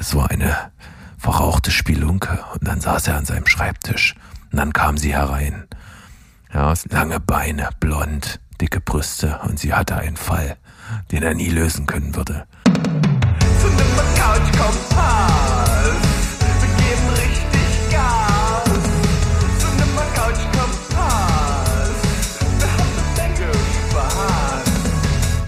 Es war eine verrauchte Spelunke und dann saß er an seinem Schreibtisch und dann kam sie herein. Ja, lange Beine, blond, dicke Brüste und sie hatte einen Fall, den er nie lösen können würde. Zünden wir Couch-Kompass, wir geben richtig Gas. Zünden wir Couch-Kompass, wir haben eine Menge Spaß.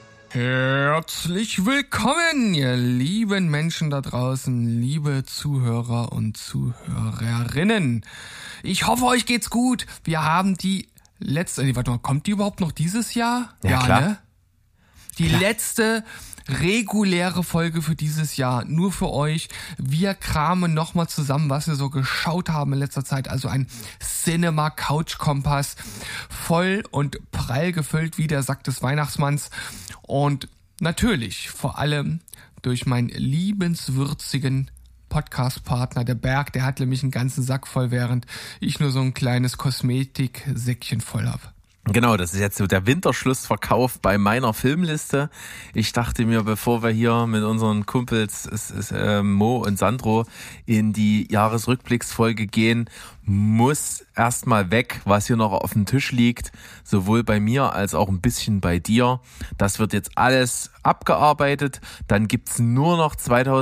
Herzlich willkommen, ihr lieben Menschen da draußen, liebe Zuhörer und Zuhörerinnen. Ich hoffe, euch geht's gut. Wir haben die letzte, warte mal, kommt die überhaupt noch dieses Jahr? Ja, klar. Ne? Die letzte reguläre Folge für dieses Jahr, nur für euch. Wir kramen nochmal zusammen, was wir so geschaut haben in letzter Zeit. Also ein Cinema Couch Kompass, voll und prall gefüllt wie der Sack des Weihnachtsmanns. Und natürlich vor allem durch meinen liebenswürzigen Podcast-Partner, der Berg, der hat nämlich einen ganzen Sack voll, während ich nur so ein kleines Kosmetiksäckchen voll habe. Genau, das ist jetzt so der Winterschlussverkauf bei meiner Filmliste. Ich dachte mir, bevor wir hier mit unseren Kumpels Mo und Sandro in die Jahresrückblicksfolge gehen, muss erstmal weg, was hier noch auf dem Tisch liegt, sowohl bei mir als auch ein bisschen bei dir. Das wird jetzt alles abgearbeitet, dann gibt's nur noch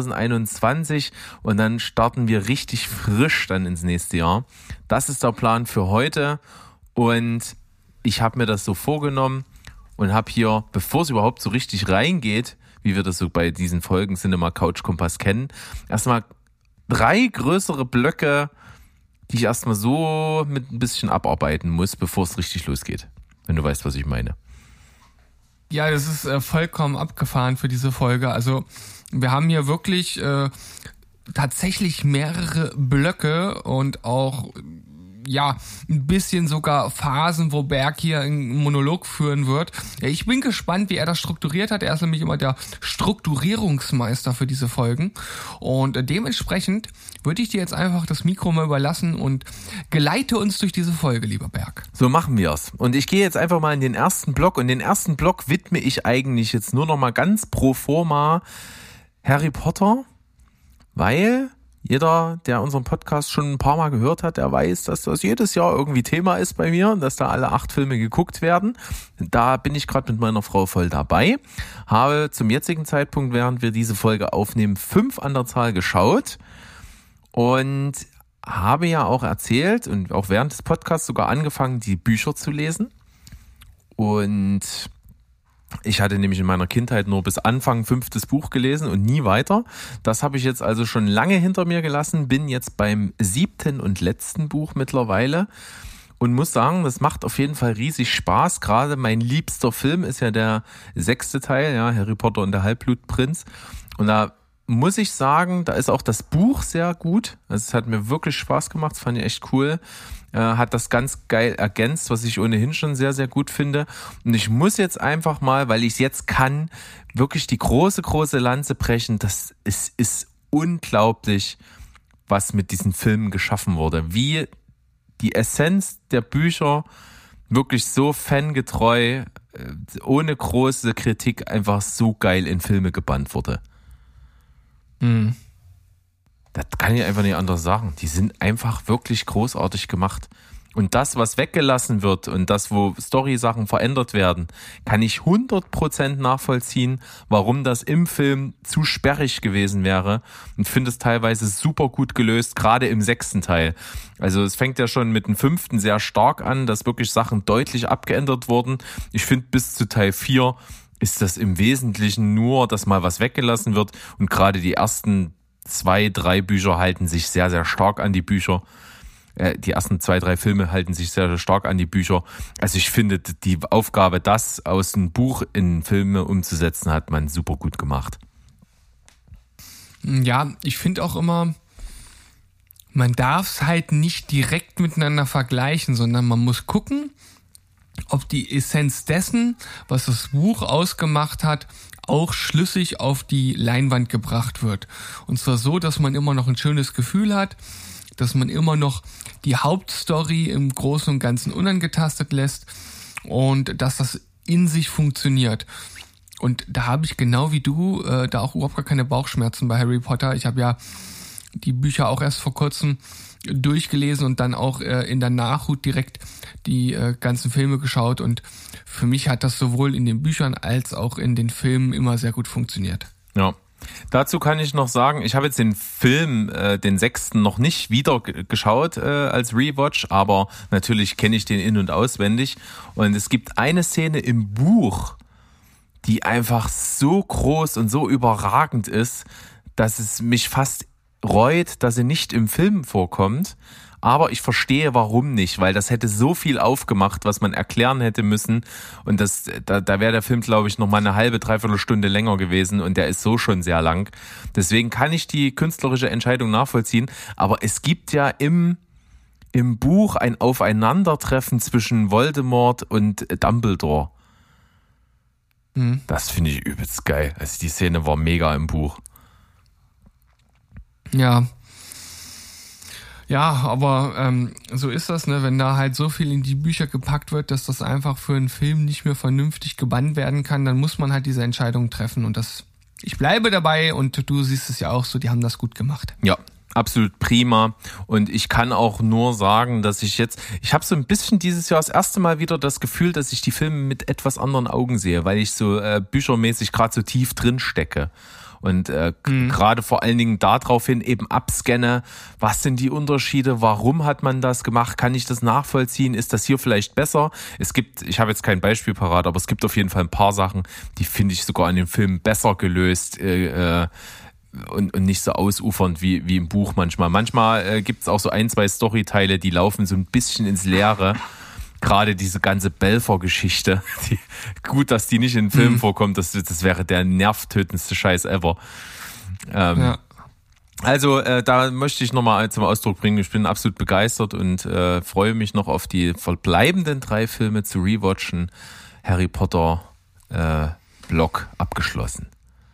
2021 und dann starten wir richtig frisch dann ins nächste Jahr. Das ist der Plan für heute und ich habe mir das so vorgenommen und habe hier, bevor es überhaupt so richtig reingeht, wie wir das so bei diesen Folgen Cinema Couch Kompass kennen, erstmal 3 größere Blöcke, die ich erstmal so mit ein bisschen abarbeiten muss, bevor es richtig losgeht. Wenn du weißt, was ich meine. Ja, das ist vollkommen abgefahren für diese Folge. Also wir haben hier wirklich tatsächlich mehrere Blöcke und auch ja, ein bisschen sogar Phasen, wo Berg hier einen Monolog führen wird. Ja, ich bin gespannt, wie er das strukturiert hat. Er ist nämlich immer der Strukturierungsmeister für diese Folgen. Und dementsprechend würde ich dir jetzt einfach das Mikro mal überlassen und geleite uns durch diese Folge, lieber Berg. So machen wir's. Und ich gehe jetzt einfach mal in den ersten Block. Und den ersten Block widme ich eigentlich jetzt nur noch mal ganz pro forma Harry Potter, weil jeder, der unseren Podcast schon ein paar Mal gehört hat, der weiß, dass das jedes Jahr irgendwie Thema ist bei mir, dass da alle 8 Filme geguckt werden. Da bin ich gerade mit meiner Frau voll dabei. Habe zum jetzigen Zeitpunkt, während wir diese Folge aufnehmen, 5 an der Zahl geschaut und habe ja auch erzählt und auch während des Podcasts sogar angefangen, die Bücher zu lesen. Und ich hatte nämlich in meiner Kindheit nur bis Anfang 5. Buch gelesen und nie weiter. Das habe ich jetzt also schon lange hinter mir gelassen, bin jetzt beim 7. und letzten Buch mittlerweile und muss sagen, das macht auf jeden Fall riesig Spaß. Gerade mein liebster Film ist ja der 6. Teil, ja, Harry Potter und der Halbblutprinz. Und da muss ich sagen, da ist auch das Buch sehr gut. Also es hat mir wirklich Spaß gemacht, das fand ich echt cool. Hat das ganz geil ergänzt, was ich ohnehin schon sehr, sehr gut finde. Und ich muss jetzt einfach mal, weil ich es jetzt kann, wirklich die große, große Lanze brechen. Das ist unglaublich, was mit diesen Filmen geschaffen wurde. Wie die Essenz der Bücher wirklich so fangetreu, ohne große Kritik einfach so geil in Filme gebannt wurde. Das kann ich einfach nicht anders sagen. Die sind einfach wirklich großartig gemacht. Und das, was weggelassen wird und das, wo Story-Sachen verändert werden, kann ich 100% nachvollziehen, warum das im Film zu sperrig gewesen wäre. Und finde es teilweise super gut gelöst, gerade im 6. Teil. Also es fängt ja schon mit dem 5. sehr stark an, dass wirklich Sachen deutlich abgeändert wurden. Ich finde, bis zu Teil 4 ist das im Wesentlichen nur, dass mal was weggelassen wird. Und gerade die ersten 2, 3 Bücher halten sich sehr, sehr stark an die Bücher. Die ersten 2, 3 Filme halten sich sehr, sehr stark an die Bücher. Also ich finde, die Aufgabe, das aus einem Buch in Filme umzusetzen, hat man super gut gemacht. Ja, ich finde auch immer, man darf es halt nicht direkt miteinander vergleichen, sondern man muss gucken, ob die Essenz dessen, was das Buch ausgemacht hat, auch schlüssig auf die Leinwand gebracht wird. Und zwar so, dass man immer noch ein schönes Gefühl hat, dass man immer noch die Hauptstory im Großen und Ganzen unangetastet lässt und dass das in sich funktioniert. Und da habe ich genau wie du da auch überhaupt gar keine Bauchschmerzen bei Harry Potter. Ich habe ja die Bücher auch erst vor kurzem durchgelesen und dann auch in der Nachhut direkt die ganzen Filme geschaut. Und für mich hat das sowohl in den Büchern als auch in den Filmen immer sehr gut funktioniert. Ja. Dazu kann ich noch sagen, ich habe jetzt den Film, den 6. noch nicht wieder geschaut als Rewatch, aber natürlich kenne ich den in- und auswendig. Und es gibt eine Szene im Buch, die einfach so groß und so überragend ist, dass es mich fast reut, dass sie nicht im Film vorkommt. Aber ich verstehe, warum nicht, weil das hätte so viel aufgemacht, was man erklären hätte müssen. Und da wäre der Film, glaube ich, noch mal eine halbe, dreiviertel Stunde länger gewesen. Und der ist so schon sehr lang. Deswegen kann ich die künstlerische Entscheidung nachvollziehen. Aber es gibt ja im Buch ein Aufeinandertreffen zwischen Voldemort und Dumbledore. Das finde ich übelst geil. Also die Szene war mega im Buch. Ja, aber so ist das, ne? Wenn da halt so viel in die Bücher gepackt wird, dass das einfach für einen Film nicht mehr vernünftig gebannt werden kann, dann muss man halt diese Entscheidung treffen. Und ich bleibe dabei und du siehst es ja auch so, die haben das gut gemacht. Ja, absolut prima. Und ich kann auch nur sagen, dass ich habe so ein bisschen dieses Jahr das erste Mal wieder das Gefühl, dass ich die Filme mit etwas anderen Augen sehe, weil ich so büchermäßig gerade so tief drin stecke. Und gerade vor allen Dingen daraufhin eben abscanne, was sind die Unterschiede, warum hat man das gemacht, kann ich das nachvollziehen, ist das hier vielleicht besser? Ich habe jetzt kein Beispiel parat, aber es gibt auf jeden Fall ein paar Sachen, die finde ich sogar in dem Film besser gelöst und nicht so ausufernd wie im Buch manchmal. Manchmal gibt es auch so ein, zwei Storyteile, die laufen so ein bisschen ins Leere. Gerade diese ganze Belfer-Geschichte, gut, dass die nicht in Filmen vorkommt, das wäre der nervtötendste Scheiß ever. Ja. Also da möchte ich nochmal zum Ausdruck bringen, ich bin absolut begeistert und freue mich noch auf die verbleibenden 3 Filme zu rewatchen. Harry Potter Block abgeschlossen.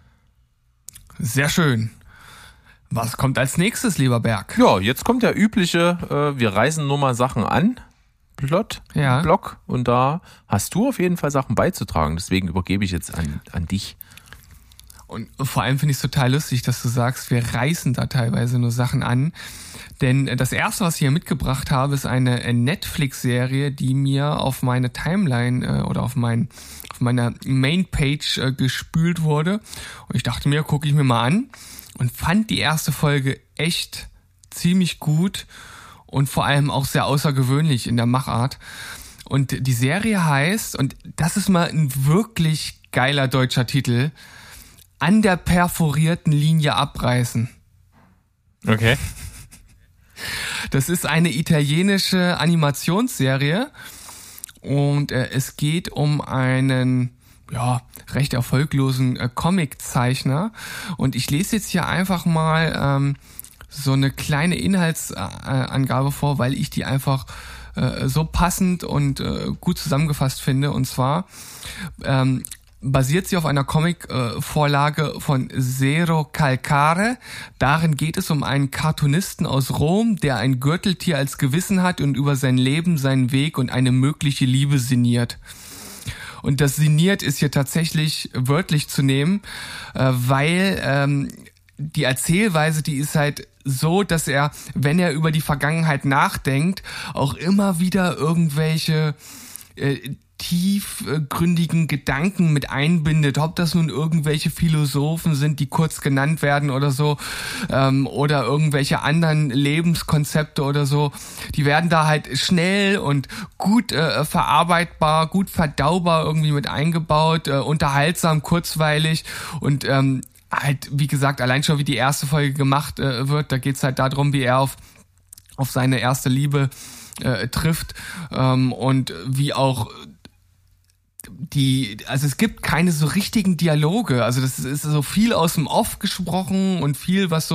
Sehr schön. Was kommt als nächstes, lieber Berg? Ja, jetzt kommt der übliche, wir reißen nur mal Sachen an. Block und da hast du auf jeden Fall Sachen beizutragen, deswegen übergebe ich jetzt an dich. Und vor allem finde ich es total lustig, dass du sagst, wir reißen da teilweise nur Sachen an, denn das erste, was ich hier mitgebracht habe, ist eine Netflix-Serie, die mir auf meine Timeline oder auf meiner Mainpage gespült wurde und ich dachte mir, gucke ich mir mal an und fand die erste Folge echt ziemlich gut und vor allem auch sehr außergewöhnlich in der Machart. Und die Serie heißt, und das ist mal ein wirklich geiler deutscher Titel, An der perforierten Linie abreißen. Okay. Das ist eine italienische Animationsserie und es geht um einen recht erfolglosen Comiczeichner. Und ich lese jetzt hier einfach mal so eine kleine Inhaltsangabe vor, weil ich die einfach so passend und gut zusammengefasst finde. Und zwar basiert sie auf einer Comic-Vorlage von Zero Calcare. Darin geht es um einen Cartoonisten aus Rom, der ein Gürteltier als Gewissen hat und über sein Leben, seinen Weg und eine mögliche Liebe sinniert. Und das sinniert ist hier tatsächlich wörtlich zu nehmen, weil die Erzählweise, die ist halt so, dass er, wenn er über die Vergangenheit nachdenkt, auch immer wieder irgendwelche tiefgründigen Gedanken mit einbindet, ob das nun irgendwelche Philosophen sind, die kurz genannt werden oder so, oder irgendwelche anderen Lebenskonzepte oder so, die werden da halt schnell und gut verarbeitbar, gut verdaubar irgendwie mit eingebaut, unterhaltsam, kurzweilig und halt, wie gesagt, allein schon wie die erste Folge gemacht wird, da geht's halt darum, wie er auf seine erste Liebe trifft und wie auch also es gibt keine so richtigen Dialoge, also das ist so viel aus dem Off gesprochen und viel, was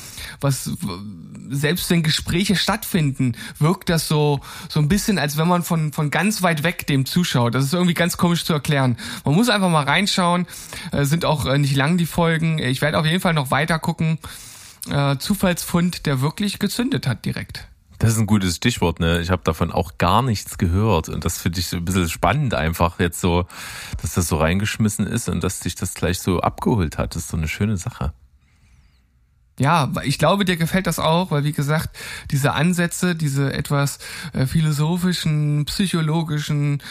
selbst wenn Gespräche stattfinden, wirkt das so ein bisschen, als wenn man von ganz weit weg dem zuschaut. Das ist irgendwie ganz komisch zu erklären. Man muss einfach mal reinschauen, sind auch nicht lang die Folgen. Ich werde auf jeden Fall noch weiter gucken. Zufallsfund, der wirklich gezündet hat direkt. Das ist ein gutes Stichwort, ne? Ich habe davon auch gar nichts gehört und das finde ich so ein bisschen spannend einfach jetzt so, dass das so reingeschmissen ist und dass sich das gleich so abgeholt hat. Das ist so eine schöne Sache. Ja, ich glaube, dir gefällt das auch, weil wie gesagt, diese Ansätze, diese etwas philosophischen, psychologischen,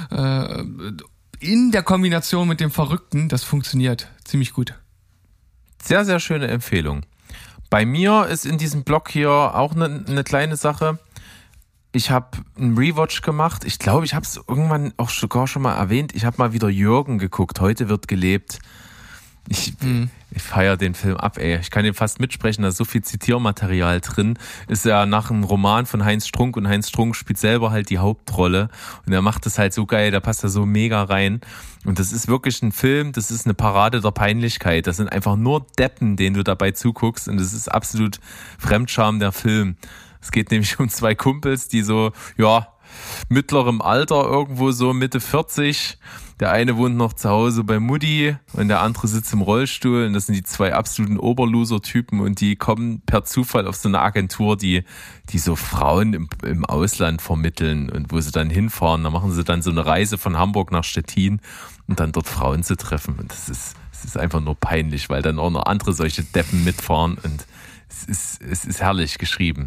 in der Kombination mit dem Verrückten, das funktioniert ziemlich gut. Sehr, sehr schöne Empfehlung. Bei mir ist in diesem Blog hier auch eine kleine Sache. Ich habe einen Rewatch gemacht. Ich glaube, ich habe es irgendwann auch sogar schon mal erwähnt. Ich habe mal wieder Jürgen geguckt. Heute wird gelebt. Ich feiere den Film ab, ey. Ich kann den fast mitsprechen, da ist so viel Zitiermaterial drin. Ist ja nach einem Roman von Heinz Strunk und Heinz Strunk spielt selber halt die Hauptrolle. Und er macht das halt so geil, da passt er so mega rein. Und das ist wirklich ein Film, das ist eine Parade der Peinlichkeit. Das sind einfach nur Deppen, denen du dabei zuguckst. Und das ist absolut Fremdscham der Film. Es geht nämlich um zwei Kumpels, die so, ja, mittlerem Alter, irgendwo so Mitte 40. Der eine wohnt noch zu Hause bei Mutti und der andere sitzt im Rollstuhl. Und das sind die zwei absoluten Oberloser-Typen und die kommen per Zufall auf so eine Agentur, die so Frauen im Ausland vermitteln und wo sie dann hinfahren. Da machen sie dann so eine Reise von Hamburg nach Stettin und dann dort Frauen zu treffen. Und das ist einfach nur peinlich, weil dann auch noch andere solche Deppen mitfahren und es ist herrlich geschrieben.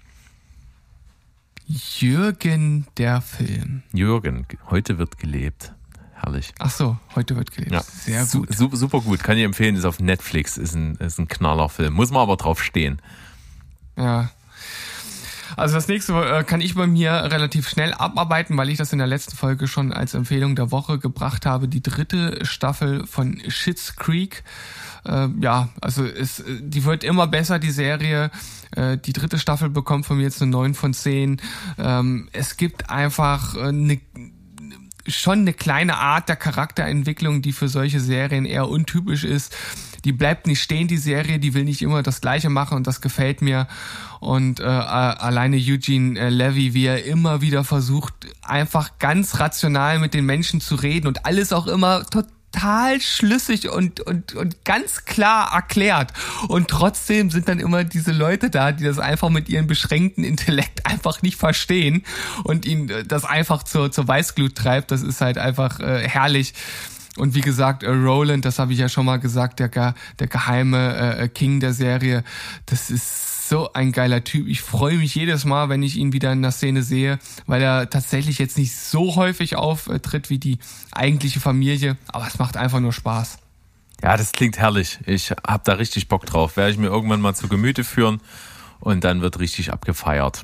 Jürgen, der Film. Jürgen, heute wird gelebt. Herrlich. Ach so, heute wird gelebt. Ja, sehr gut. Super gut. Kann ich empfehlen, ist auf Netflix, ist ein Knallerfilm. Muss man aber drauf stehen. Ja. Also das nächste kann ich bei mir relativ schnell abarbeiten, weil ich das in der letzten Folge schon als Empfehlung der Woche gebracht habe. Die 3. Staffel von Schitt's Creek. Ja, also die wird immer besser, die Serie. Die 3. Staffel bekommt von mir jetzt eine 9 von 10. Es gibt einfach schon eine kleine Art der Charakterentwicklung, die für solche Serien eher untypisch ist. Die bleibt nicht stehen, die Serie, die will nicht immer das Gleiche machen und das gefällt mir. Und alleine Eugene Levy, wie er immer wieder versucht, einfach ganz rational mit den Menschen zu reden und alles auch immer total schlüssig und ganz klar erklärt. Und trotzdem sind dann immer diese Leute da, die das einfach mit ihrem beschränkten Intellekt einfach nicht verstehen und ihn das einfach zur Weißglut treibt. Das ist halt einfach herrlich. Und wie gesagt, Roland, das habe ich ja schon mal gesagt, der geheime King der Serie, das ist so ein geiler Typ. Ich freue mich jedes Mal, wenn ich ihn wieder in der Szene sehe, weil er tatsächlich jetzt nicht so häufig auftritt wie die eigentliche Familie, aber es macht einfach nur Spaß. Ja, das klingt herrlich. Ich habe da richtig Bock drauf. Werde ich mir irgendwann mal zu Gemüte führen und dann wird richtig abgefeiert.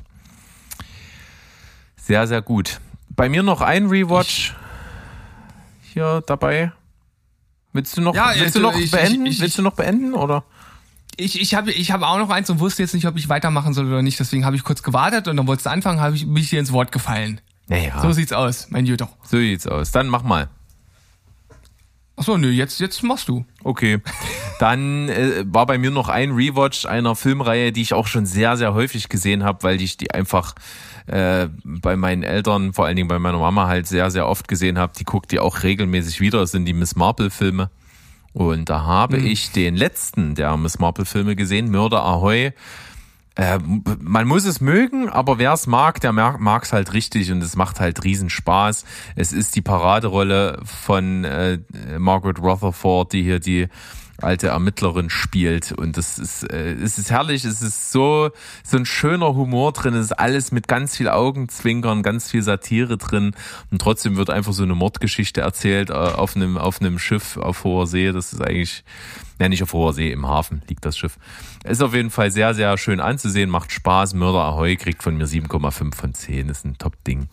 Sehr, sehr gut. Bei mir noch ein Rewatch hier dabei. Willst du noch beenden oder? Ich habe auch noch eins und wusste jetzt nicht, ob ich weitermachen soll oder nicht. Deswegen habe ich kurz gewartet und dann wolltest du anfangen, habe ich mich dir ins Wort gefallen. Naja. So sieht's aus, mein Jüter. So sieht's aus. Dann mach mal. Achso, nö, jetzt machst du. Okay. Dann war bei mir noch ein Rewatch einer Filmreihe, die ich auch schon sehr, sehr häufig gesehen habe, weil ich die einfach bei meinen Eltern, vor allen Dingen bei meiner Mama halt sehr, sehr oft gesehen habe. Die guckt die auch regelmäßig wieder. Das sind die Miss Marple-Filme. Und da habe ich den letzten der Miss Marple-Filme gesehen, Mörder Ahoy. Man muss es mögen, aber wer es mag, der mag es halt richtig und es macht halt riesen Spaß. Es ist die Paraderolle von Margaret Rutherford, die hier die alte Ermittlerin spielt und es ist herrlich, es ist so ein schöner Humor drin, es ist alles mit ganz viel Augenzwinkern, ganz viel Satire drin und trotzdem wird einfach so eine Mordgeschichte erzählt auf einem Schiff auf hoher See. Das ist eigentlich, nicht auf hoher See, im Hafen liegt das Schiff. Ist auf jeden Fall sehr, sehr schön anzusehen, macht Spaß. Mörder Ahoy kriegt von mir 7,5 von 10, ist ein Top-Ding.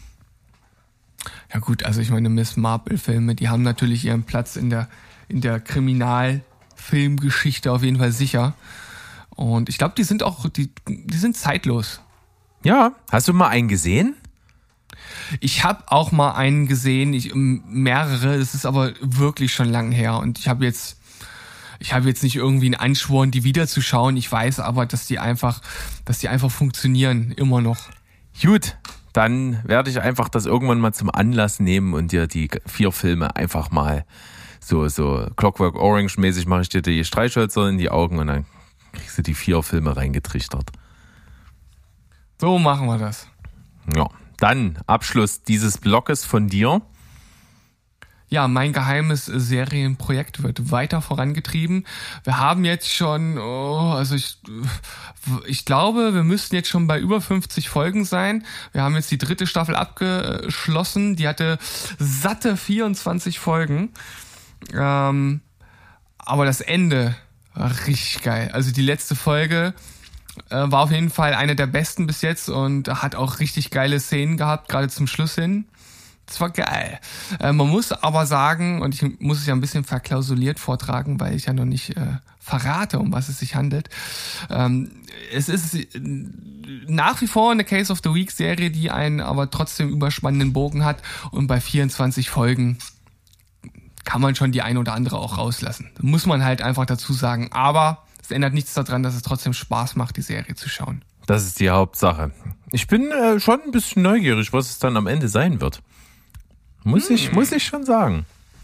Ja gut, also ich meine, Miss Marple-Filme, die haben natürlich ihren Platz in der Kriminalfilmgeschichte auf jeden Fall sicher. Und ich glaube, die sind zeitlos. Ja, hast du mal einen gesehen? Ich habe auch mal einen gesehen, mehrere, das ist aber wirklich schon lang her. Und ich habe jetzt nicht irgendwie einen Ansporn, die wiederzuschauen. Ich weiß aber, dass die einfach funktionieren, immer noch. Gut, dann werde ich einfach das irgendwann mal zum Anlass nehmen und dir die 4 Filme einfach mal so Clockwork Orange mäßig mache ich dir die Streichhölzer in die Augen und dann kriegst du die 4 Filme reingetrichtert. So machen wir das. Ja, dann Abschluss dieses Blockes von dir. Ja, mein geheimes Serienprojekt wird weiter vorangetrieben. Wir haben jetzt schon, ich glaube, wir müssten jetzt schon bei über 50 Folgen sein. Wir haben jetzt die 3. Staffel abgeschlossen. Die hatte satte 24 Folgen. Aber das Ende war richtig geil. Also die letzte Folge war auf jeden Fall eine der besten bis jetzt und hat auch richtig geile Szenen gehabt, gerade zum Schluss hin. Das war geil. Man muss aber sagen, und ich muss es ja ein bisschen verklausuliert vortragen, weil ich ja noch nicht verrate, um was es sich handelt. Es ist nach wie vor eine Case of the Week Serie, die einen aber trotzdem überspannenden Bogen hat und bei 24 Folgen kann man schon die eine oder andere auch rauslassen. Muss man halt einfach dazu sagen. Aber es ändert nichts daran, dass es trotzdem Spaß macht, die Serie zu schauen. Das ist die Hauptsache. Ich bin schon ein bisschen neugierig, was es dann am Ende sein wird. Muss ich schon sagen.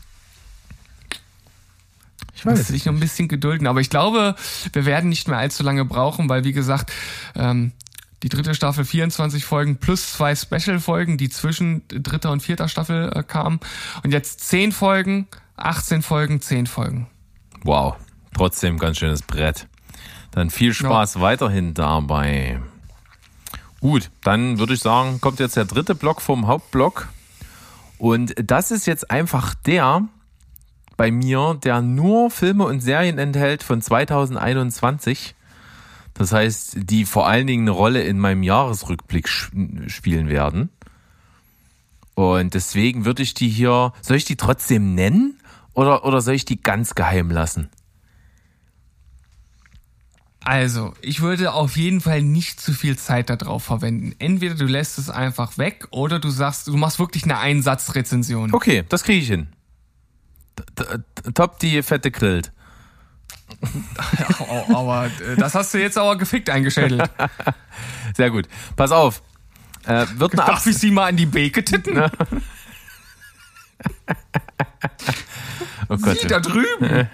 Ich weiß. Muss dich noch ein bisschen gedulden. Aber ich glaube, wir werden nicht mehr allzu lange brauchen, weil, wie gesagt, die 3. Staffel 24 Folgen plus 2 Special-Folgen, die zwischen 3. und 4. Staffel kamen. Und jetzt 10 Folgen, 18 Folgen, 10 Folgen. Wow, trotzdem ganz schönes Brett. Dann viel Spaß weiterhin dabei. Gut, dann würde ich sagen, kommt jetzt der 3. Block vom Hauptblock. Und das ist jetzt einfach der bei mir, der nur Filme und Serien enthält von 2021. Das heißt, die vor allen Dingen eine Rolle in meinem Jahresrückblick spielen werden. Und deswegen würde ich die hier, soll ich die trotzdem nennen oder soll ich die ganz geheim lassen? Also, ich würde auf jeden Fall nicht zu viel Zeit darauf verwenden. Entweder du lässt es einfach weg oder du sagst, du machst wirklich eine Einsatzrezension. Okay, das kriege ich hin. Top die Fette grillt. Aber das hast du jetzt aber gefickt eingeschädelt. Sehr gut. Pass auf. Darf ich sie mal an die Beke titten? Oh Gott. Sie da drüben.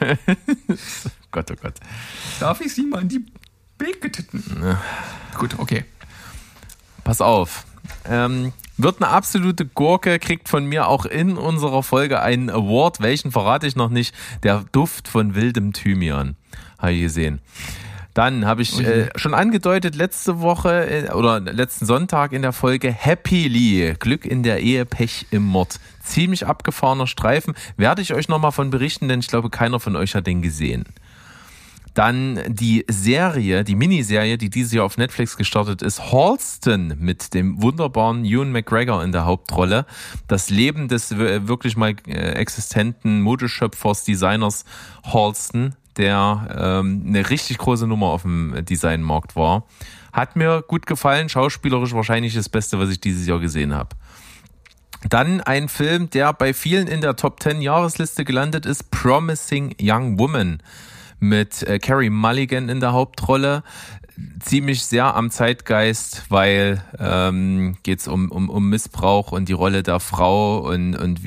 Oh Gott. Darf ich sie mal an die Beke titten? Gut, okay. Pass auf. Wird eine absolute Gurke, kriegt von mir auch in unserer Folge einen Award. Welchen verrate ich noch nicht. Der Duft von wildem Thymian. Habe ich gesehen. Dann habe ich schon angedeutet letzte Woche oder letzten Sonntag in der Folge Happily. Glück in der Ehe, Pech im Mord. Ziemlich abgefahrener Streifen. Werde ich euch nochmal von berichten, denn ich glaube, keiner von euch hat den gesehen. Dann die Serie, die Miniserie, die dieses Jahr auf Netflix gestartet ist, Halston mit dem wunderbaren Ewan McGregor in der Hauptrolle. Das Leben des wirklich mal existenten Modeschöpfers, Designers Halston, der eine richtig große Nummer auf dem Designmarkt war. Hat mir gut gefallen, schauspielerisch wahrscheinlich das Beste, was ich dieses Jahr gesehen habe. Dann ein Film, der bei vielen in der Top 10 Jahresliste gelandet ist, Promising Young Woman mit Carey Mulligan in der Hauptrolle. Ziemlich sehr am Zeitgeist, weil geht's um Missbrauch und die Rolle der Frau und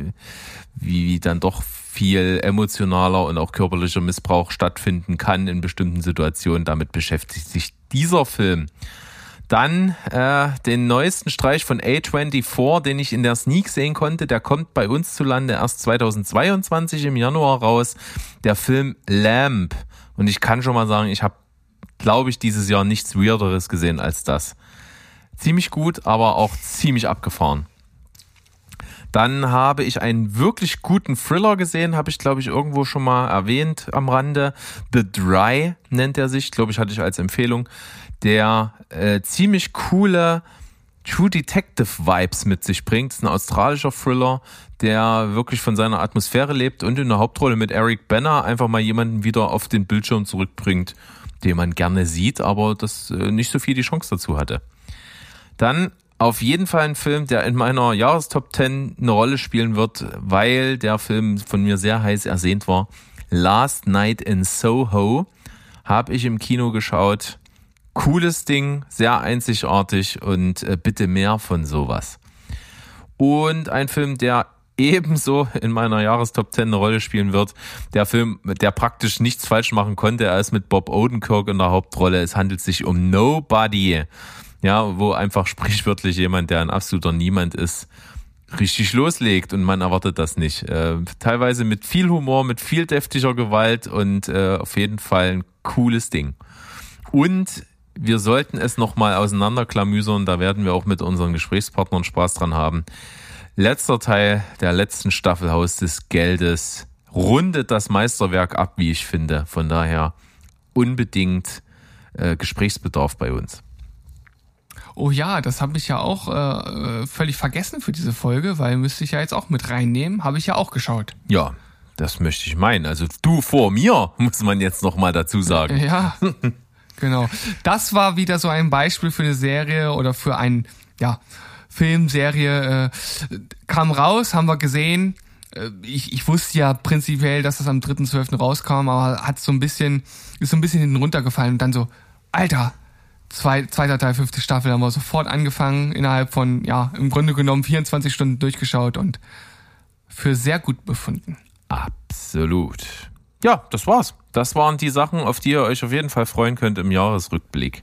wie dann doch viel emotionaler und auch körperlicher Missbrauch stattfinden kann in bestimmten Situationen. Damit beschäftigt sich dieser Film. Dann den neuesten Streich von A24, den ich in der Sneak sehen konnte. Der kommt bei uns zu Lande erst 2022 im Januar raus. Der Film Lamp. Und ich kann schon mal sagen, ich habe, glaube ich, dieses Jahr nichts Weirderes gesehen als das. Ziemlich gut, aber auch ziemlich abgefahren. Dann habe ich einen wirklich guten Thriller gesehen, habe ich, glaube ich, irgendwo schon mal erwähnt am Rande. The Dry nennt er sich, glaube ich, hatte ich als Empfehlung. Der ziemlich coole True Detective Vibes mit sich bringt. Das ist ein australischer Thriller, der wirklich von seiner Atmosphäre lebt und in der Hauptrolle mit Eric Banner einfach mal jemanden wieder auf den Bildschirm zurückbringt, den man gerne sieht, aber das nicht so viel die Chance dazu hatte. Dann auf jeden Fall ein Film, der in meiner Jahrestop 10 eine Rolle spielen wird, weil der Film von mir sehr heiß ersehnt war. Last Night in Soho habe ich im Kino geschaut. Cooles Ding, sehr einzigartig und bitte mehr von sowas. Und ein Film, der ebenso in meiner Jahrestop 10 eine Rolle spielen wird. Der Film, der praktisch nichts falsch machen konnte. Er ist mit Bob Odenkirk in der Hauptrolle. Es handelt sich um Nobody. Ja, wo einfach sprichwörtlich jemand, der ein absoluter Niemand ist, richtig loslegt und man erwartet das nicht. Teilweise mit viel Humor, mit viel deftiger Gewalt und auf jeden Fall ein cooles Ding. Und wir sollten es nochmal auseinanderklamüsern, da werden wir auch mit unseren Gesprächspartnern Spaß dran haben. Letzter Teil der letzten Staffel Haus des Geldes rundet das Meisterwerk ab, wie ich finde. Von daher unbedingt Gesprächsbedarf bei uns. Oh ja, das habe ich ja auch völlig vergessen für diese Folge, weil müsste ich ja jetzt auch mit reinnehmen. Habe ich ja auch geschaut. Ja, das möchte ich meinen. Also du vor mir, muss man jetzt nochmal dazu sagen. Ja, genau. Das war wieder so ein Beispiel für eine Serie oder für ein, Filmserie. Kam raus, haben wir gesehen. Ich wusste ja prinzipiell, dass das am 3.12. rauskam, aber ist so ein bisschen hinten runtergefallen und dann so, Alter, zweiter Teil, 5. Staffel, haben wir sofort angefangen, innerhalb von, im Grunde genommen 24 Stunden durchgeschaut und für sehr gut befunden. Absolut. Ja, das war's. Das waren die Sachen, auf die ihr euch auf jeden Fall freuen könnt im Jahresrückblick.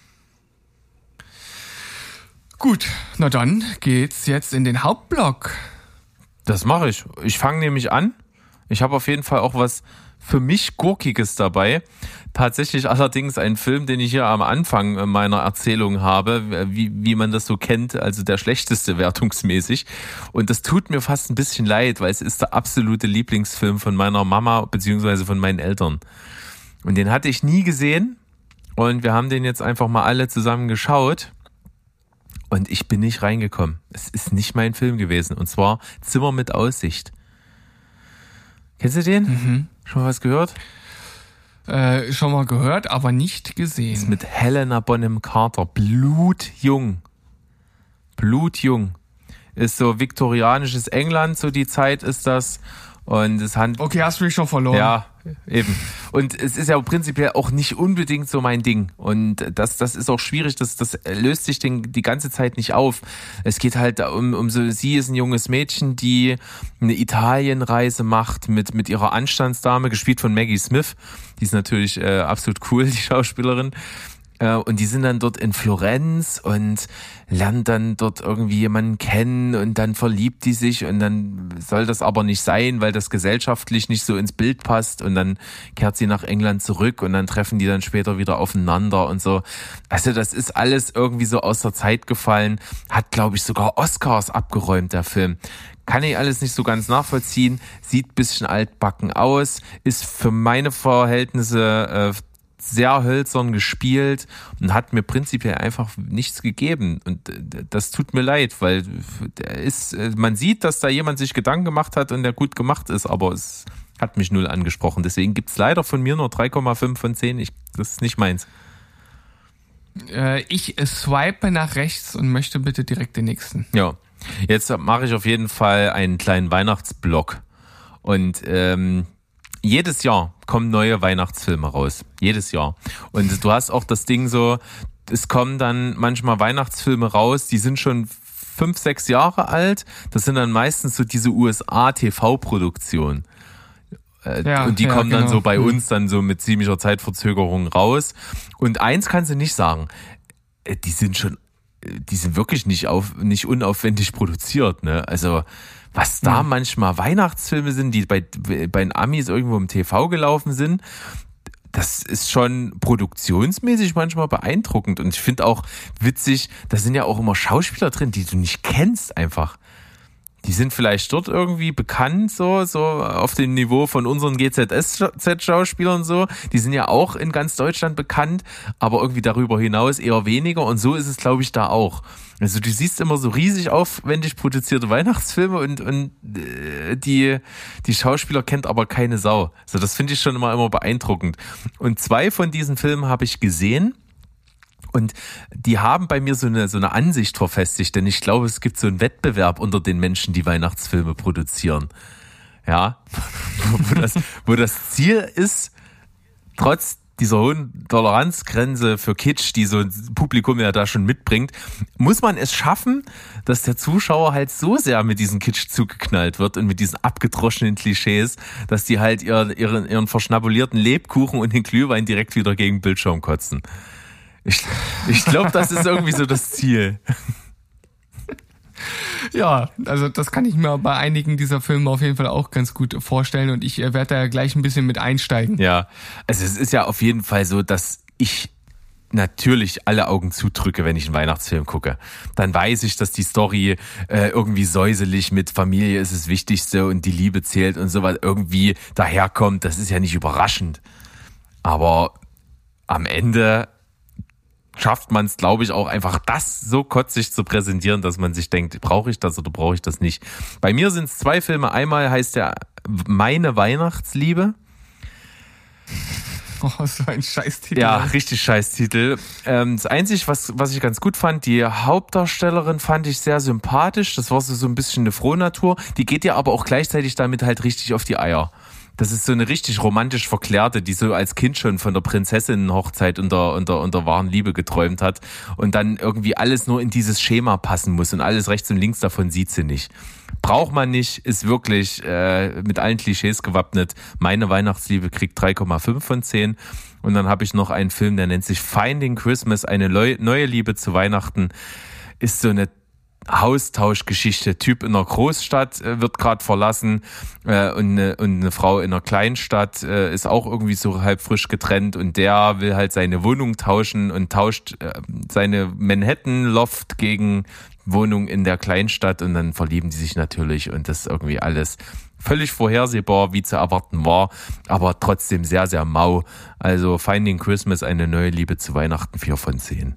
Gut, na dann geht's jetzt in den Hauptblock. Das mache ich. Ich fange nämlich an. Ich habe auf jeden Fall auch was für mich Gurkiges dabei. Tatsächlich allerdings ein Film, den ich hier am Anfang meiner Erzählung habe, wie man das so kennt, also der schlechteste wertungsmäßig. Und das tut mir fast ein bisschen leid, weil es ist der absolute Lieblingsfilm von meiner Mama bzw. von meinen Eltern. Und den hatte ich nie gesehen und wir haben den jetzt einfach mal alle zusammen geschaut und ich bin nicht reingekommen. Es ist nicht mein Film gewesen und zwar Zimmer mit Aussicht. Kennst du den? Mhm. Schon mal was gehört? Schon mal gehört, aber nicht gesehen. Ist mit Helena Bonham Carter. Blutjung. Ist so viktorianisches England, so die Zeit ist das. Und es handelt. Okay, hast du mich schon verloren. Ja, eben. Und es ist ja prinzipiell auch nicht unbedingt so mein Ding. Und das ist auch schwierig, das löst sich die ganze Zeit nicht auf. Es geht halt um so, sie ist ein junges Mädchen, die eine Italienreise macht mit ihrer Anstandsdame, gespielt von Maggie Smith. Die ist natürlich absolut cool, die Schauspielerin. Und die sind dann dort in Florenz und lernen dann dort irgendwie jemanden kennen und dann verliebt die sich und dann soll das aber nicht sein, weil das gesellschaftlich nicht so ins Bild passt und dann kehrt sie nach England zurück und dann treffen die dann später wieder aufeinander und so. Also das ist alles irgendwie so aus der Zeit gefallen, hat glaube ich sogar Oscars abgeräumt, der Film. Kann ich alles nicht so ganz nachvollziehen, sieht ein bisschen altbacken aus, ist für meine Verhältnisse sehr hölzern gespielt und hat mir prinzipiell einfach nichts gegeben. Und das tut mir leid, weil man sieht, dass da jemand sich Gedanken gemacht hat und der gut gemacht ist, aber es hat mich null angesprochen. Deswegen gibt's leider von mir nur 3,5 von 10. Das ist nicht meins. Ich swipe nach rechts und möchte bitte direkt den nächsten. Ja, jetzt mache ich auf jeden Fall einen kleinen Weihnachtsblock. Und jedes Jahr kommen neue Weihnachtsfilme raus. Jedes Jahr. Und du hast auch das Ding so, es kommen dann manchmal Weihnachtsfilme raus, die sind schon 5, 6 Jahre alt. Das sind dann meistens so diese USA-TV-Produktionen. Und die kommen dann so bei uns dann so mit ziemlicher Zeitverzögerung raus. Und eins kannst du nicht sagen, die sind wirklich nicht unaufwendig produziert, ne? Also, was da manchmal Weihnachtsfilme sind, die bei den Amis irgendwo im TV gelaufen sind, das ist schon produktionsmäßig manchmal beeindruckend. Und ich finde auch witzig, da sind ja auch immer Schauspieler drin, die du nicht kennst einfach. Die sind vielleicht dort irgendwie bekannt, so auf dem Niveau von unseren GZSZ-Schauspielern so. Die sind ja auch in ganz Deutschland bekannt, aber irgendwie darüber hinaus eher weniger. Und so ist es, glaube ich, da auch. Also du siehst immer so riesig aufwendig produzierte Weihnachtsfilme und die Schauspieler kennt aber keine Sau. Also das finde ich schon immer beeindruckend. Und 2 von diesen Filmen habe ich gesehen. Und die haben bei mir so eine Ansicht verfestigt, denn ich glaube, es gibt so einen Wettbewerb unter den Menschen, die Weihnachtsfilme produzieren. Ja, wo das Ziel ist, trotz dieser hohen Toleranzgrenze für Kitsch, die so ein Publikum ja da schon mitbringt, muss man es schaffen, dass der Zuschauer halt so sehr mit diesem Kitsch zugeknallt wird und mit diesen abgedroschenen Klischees, dass die halt ihren verschnabulierten Lebkuchen und den Glühwein direkt wieder gegen den Bildschirm kotzen. Ich glaube, das ist irgendwie so das Ziel. Ja, also das kann ich mir bei einigen dieser Filme auf jeden Fall auch ganz gut vorstellen und ich werde da gleich ein bisschen mit einsteigen. Ja, also es ist ja auf jeden Fall so, dass ich natürlich alle Augen zudrücke, wenn ich einen Weihnachtsfilm gucke. Dann weiß ich, dass die Story irgendwie säuselig mit Familie ist das Wichtigste und die Liebe zählt und sowas irgendwie daherkommt. Das ist ja nicht überraschend. Aber am Ende schafft man es, glaube ich, auch einfach das so kotzig zu präsentieren, dass man sich denkt, brauche ich das oder brauche ich das nicht. Bei mir sind es 2 Filme. Einmal heißt der Meine Weihnachtsliebe. Oh, so ein Scheißtitel. Ja, richtig Scheißtitel. Das Einzige, was ich ganz gut fand, die Hauptdarstellerin fand ich sehr sympathisch. Das war so ein bisschen eine Frohnatur. Die geht ja aber auch gleichzeitig damit halt richtig auf die Eier. Das ist so eine richtig romantisch Verklärte, die so als Kind schon von der Prinzessinnenhochzeit und der wahren Liebe geträumt hat und dann irgendwie alles nur in dieses Schema passen muss und alles rechts und links davon sieht sie nicht. Braucht man nicht, ist wirklich mit allen Klischees gewappnet. Meine Weihnachtsliebe kriegt 3,5 von 10. Und dann habe ich noch einen Film, der nennt sich Finding Christmas, eine neue Liebe zu Weihnachten. Ist so eine Haustauschgeschichte. Typ in einer Großstadt wird gerade verlassen und eine Frau in einer Kleinstadt ist auch irgendwie so halb frisch getrennt und der will halt seine Wohnung tauschen und tauscht seine Manhattan-Loft gegen Wohnung in der Kleinstadt und dann verlieben die sich natürlich und das ist irgendwie alles völlig vorhersehbar, wie zu erwarten war, aber trotzdem sehr, sehr mau. Also Finding Christmas, eine neue Liebe zu Weihnachten, 4 von 10.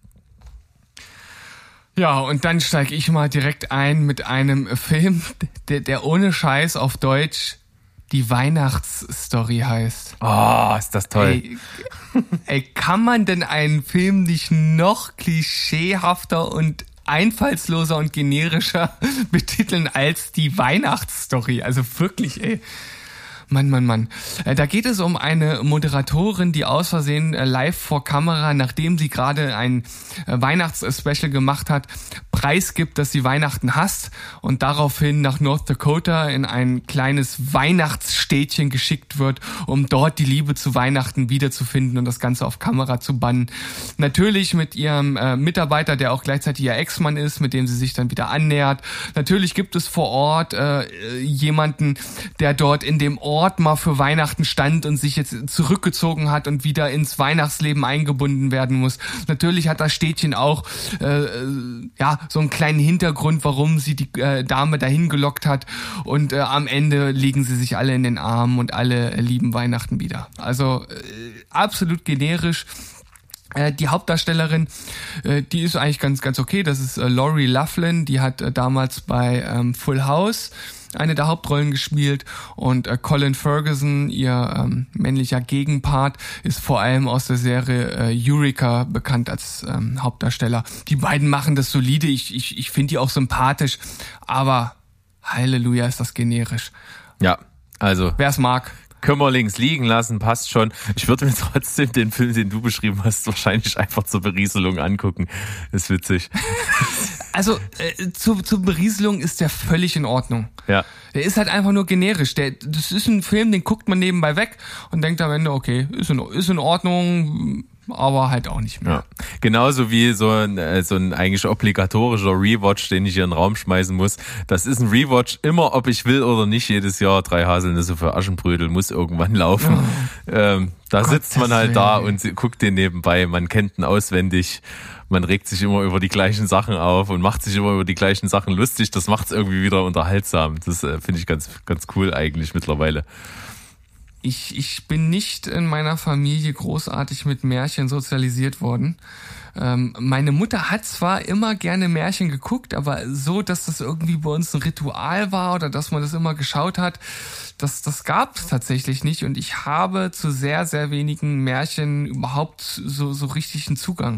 Ja, und dann steige ich mal direkt ein mit einem Film, der ohne Scheiß auf Deutsch die Weihnachtsstory heißt. Oh, ist das toll. Ey, kann man denn einen Film nicht noch klischeehafter und einfallsloser und generischer betiteln als die Weihnachtsstory? Also wirklich, ey. Mann. Da geht es um eine Moderatorin, die aus Versehen live vor Kamera, nachdem sie gerade ein Weihnachtsspecial gemacht hat, preisgibt, dass sie Weihnachten hasst und daraufhin nach North Dakota in ein kleines Weihnachtsstädtchen geschickt wird, um dort die Liebe zu Weihnachten wiederzufinden und das Ganze auf Kamera zu bannen. Natürlich mit ihrem Mitarbeiter, der auch gleichzeitig ihr Ex-Mann ist, mit dem sie sich dann wieder annähert. Natürlich gibt es vor Ort jemanden, der dort in dem Ort mal für Weihnachten stand und sich jetzt zurückgezogen hat und wieder ins Weihnachtsleben eingebunden werden muss. Natürlich hat das Städtchen auch so einen kleinen Hintergrund, warum sie die Dame dahin gelockt hat und am Ende liegen sie sich alle in den Armen und alle lieben Weihnachten wieder. Also absolut generisch. Die Hauptdarstellerin, die ist eigentlich ganz okay. Das ist Lori Loughlin, die hat damals bei Full House eine der Hauptrollen gespielt und Colin Ferguson, ihr männlicher Gegenpart, ist vor allem aus der Serie Eureka bekannt als Hauptdarsteller. Die beiden machen das solide, ich finde die auch sympathisch, aber Halleluja ist das generisch. Ja, also wer's mag. Können wir links liegen lassen, passt schon. Ich würde mir trotzdem den Film, den du beschrieben hast, wahrscheinlich einfach zur Berieselung angucken. Ist witzig. Also zur Berieselung ist der völlig in Ordnung. Ja. Der ist halt einfach nur generisch. Das ist ein Film, den guckt man nebenbei weg und denkt am Ende, okay, ist in Ordnung, aber halt auch nicht mehr. Ja. Genauso wie so ein eigentlich obligatorischer Rewatch, den ich hier in den Raum schmeißen muss. Das ist ein Rewatch, immer ob ich will oder nicht, jedes Jahr 3 Haselnüsse für Aschenbrödel muss irgendwann laufen. Da sitzt man halt da und guckt den nebenbei. Man kennt ihn auswendig. Man regt sich immer über die gleichen Sachen auf und macht sich immer über die gleichen Sachen lustig. Das macht es irgendwie wieder unterhaltsam. Das finde ich ganz cool eigentlich mittlerweile. Ich bin nicht in meiner Familie großartig mit Märchen sozialisiert worden. Meine Mutter hat zwar immer gerne Märchen geguckt, aber so, dass das irgendwie bei uns ein Ritual war oder dass man das immer geschaut hat, das gab es tatsächlich nicht. Und ich habe zu sehr, sehr wenigen Märchen überhaupt so richtig einen Zugang.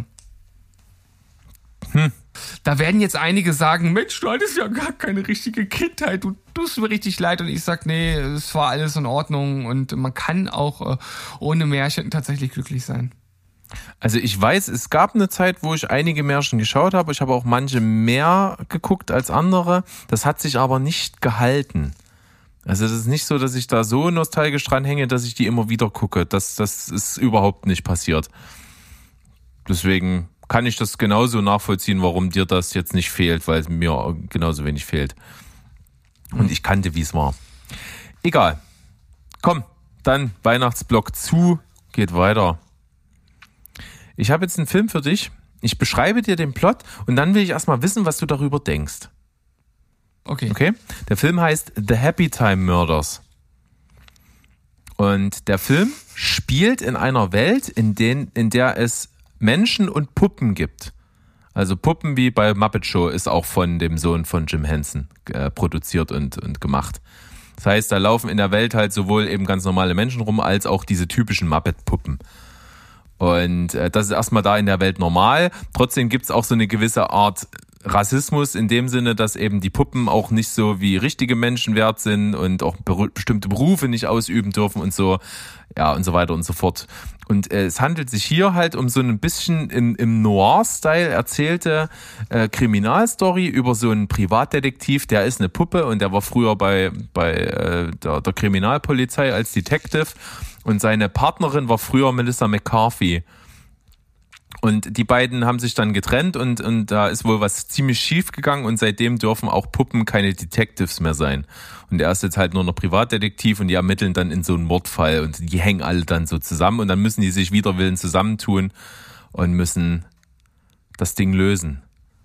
Da werden jetzt einige sagen, Mensch, du hattest ja gar keine richtige Kindheit, du tust mir richtig leid. Und ich sag, nee, es war alles in Ordnung und man kann auch ohne Märchen tatsächlich glücklich sein. Also ich weiß, es gab eine Zeit, wo ich einige Märchen geschaut habe. Ich habe auch manche mehr geguckt als andere. Das hat sich aber nicht gehalten. Also das ist nicht so, dass ich da so nostalgisch dran hänge, dass ich die immer wieder gucke. Das ist überhaupt nicht passiert. deswegen kann ich das genauso nachvollziehen, warum dir das jetzt nicht fehlt, weil es mir genauso wenig fehlt. Und ich kannte, wie es war. Egal. Komm, dann Weihnachtsblock zu, geht weiter. Ich habe jetzt einen Film für dich. Ich beschreibe dir den Plot und dann will ich erstmal wissen, was du darüber denkst. Okay? Der Film heißt The Happy Time Murders. Und der Film spielt in einer Welt, in der es Menschen und Puppen gibt. Also Puppen wie bei Muppet Show ist auch von dem Sohn von Jim Henson produziert und gemacht. Das heißt, da laufen in der Welt halt sowohl eben ganz normale Menschen rum, als auch diese typischen Muppet-Puppen. Und das ist erstmal da in der Welt normal. Trotzdem gibt's auch so eine gewisse Art Rassismus in dem Sinne, dass eben die Puppen auch nicht so wie richtige Menschen wert sind und auch bestimmte Berufe nicht ausüben dürfen und so, ja, und so weiter und so fort. Und es handelt sich hier halt um so ein bisschen im Noir-Style erzählte Kriminalstory über so einen Privatdetektiv, der ist eine Puppe und der war früher bei der Kriminalpolizei als Detective und seine Partnerin war früher Melissa McCarthy. Und die beiden haben sich dann getrennt und da ist wohl was ziemlich schief gegangen und seitdem dürfen auch Puppen keine Detectives mehr sein. Und er ist jetzt halt nur noch Privatdetektiv und die ermitteln dann in so einen Mordfall und die hängen alle dann so zusammen und dann müssen die sich wider Willen zusammentun und müssen das Ding lösen.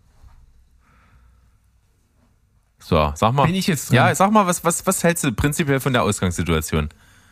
So, sag mal. Bin ich jetzt dran? Ja, sag mal, was hältst du prinzipiell von der Ausgangssituation?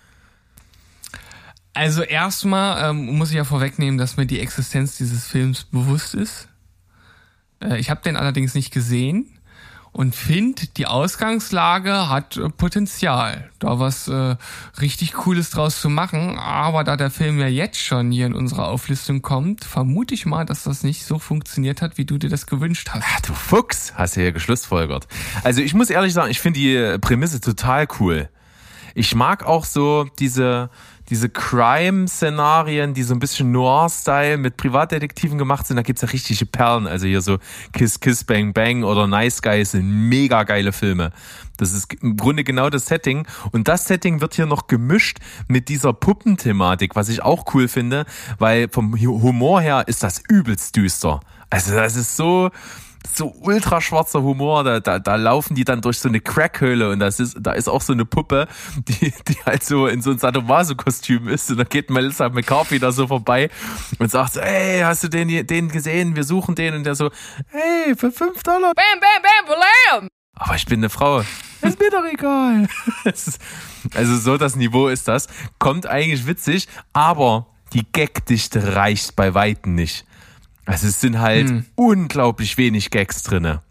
Also erstmal muss ich ja vorwegnehmen, dass mir die Existenz dieses Films bewusst ist. Ich habe den allerdings nicht gesehen und finde, die Ausgangslage hat Potenzial, da was richtig Cooles draus zu machen. Aber da der Film ja jetzt schon hier in unserer Auflistung kommt, vermute ich mal, dass das nicht so funktioniert hat, wie du dir das gewünscht hast. Ach, du Fuchs, hast du hier geschlussfolgert. Also ich muss ehrlich sagen, ich finde die Prämisse total cool. Ich mag auch so diese Crime-Szenarien, die so ein bisschen Noir-Style mit Privatdetektiven gemacht sind. Da gibt's ja richtige Perlen. Also hier so Kiss, Kiss, Bang, Bang oder Nice Guys sind mega geile Filme. Das ist im Grunde genau das Setting. Und das Setting wird hier noch gemischt mit dieser Puppenthematik, was ich auch cool finde, weil vom Humor her ist das übelst düster. Also das ist so ultra schwarzer Humor, da laufen die dann durch so eine Crackhöhle und da ist auch so eine Puppe, die halt so in so ein Sadomaso-Kostüm ist und da geht Melissa McCarthy da so vorbei und sagt so, ey, hast du den gesehen? Wir suchen den und der so, hey, für $5. Bam, bam, bam, blam! Aber ich bin eine Frau. Ist mir doch egal. Also so das Niveau ist das. Kommt eigentlich witzig, aber die Gagdichte reicht bei Weitem nicht. Also es sind halt unglaublich wenig Gags drinne.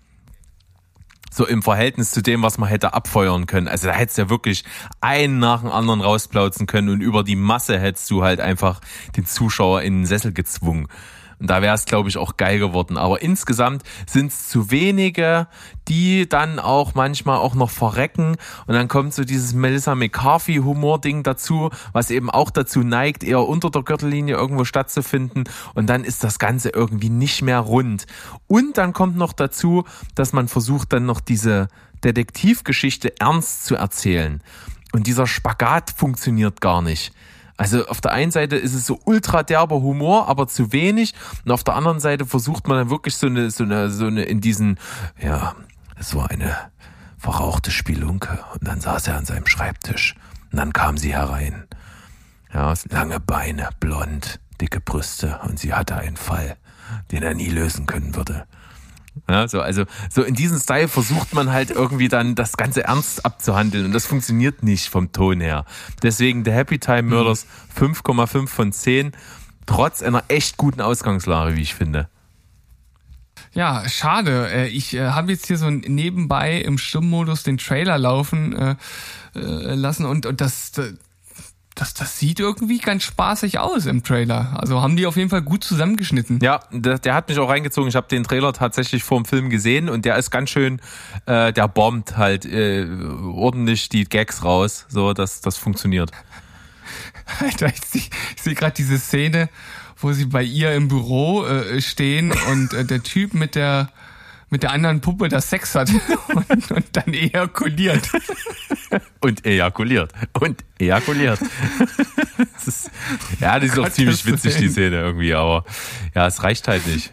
So im Verhältnis zu dem, was man hätte abfeuern können. Also da hättest du ja wirklich einen nach dem anderen rausplauzen können und über die Masse hättest du halt einfach den Zuschauer in den Sessel gezwungen. Und da wäre es, glaube ich, auch geil geworden. Aber insgesamt sind es zu wenige, die dann auch manchmal auch noch verrecken. Und dann kommt so dieses Melissa McCarthy-Humor-Ding dazu, was eben auch dazu neigt, eher unter der Gürtellinie irgendwo stattzufinden. Und dann ist das Ganze irgendwie nicht mehr rund. Und dann kommt noch dazu, dass man versucht, dann noch diese Detektivgeschichte ernst zu erzählen. Und dieser Spagat funktioniert gar nicht. Also auf der einen Seite ist es so ultra derber Humor, aber zu wenig. Und auf der anderen Seite versucht man dann wirklich so eine in diesen, ja, es war eine verrauchte Spelunke. Und dann saß er an seinem Schreibtisch. Und dann kam sie herein. Ja, lange Beine, blond, dicke Brüste. Und sie hatte einen Fall, den er nie lösen können würde. Ja, so in diesem Style versucht man halt irgendwie dann das Ganze ernst abzuhandeln und das funktioniert nicht vom Ton her. Deswegen The Happy Time Murders 5,5 von 10, trotz einer echt guten Ausgangslage, wie ich finde. Ja, schade. Ich habe jetzt hier so nebenbei im Stimmmodus den Trailer laufen lassen und das sieht irgendwie ganz spaßig aus im Trailer. Also haben die auf jeden Fall gut zusammengeschnitten. Ja, der hat mich auch reingezogen. Ich habe den Trailer tatsächlich vor dem Film gesehen und der ist ganz schön, der bombt halt ordentlich die Gags raus. So, das funktioniert. Alter, ich sehe gerade diese Szene, wo sie bei ihr im Büro stehen und der Typ mit der mit der anderen Puppe das Sex hat und dann ejakuliert. Und ejakuliert. Das ist, ja, die ist auch ziemlich witzig, die Szene irgendwie, aber ja, es reicht halt nicht.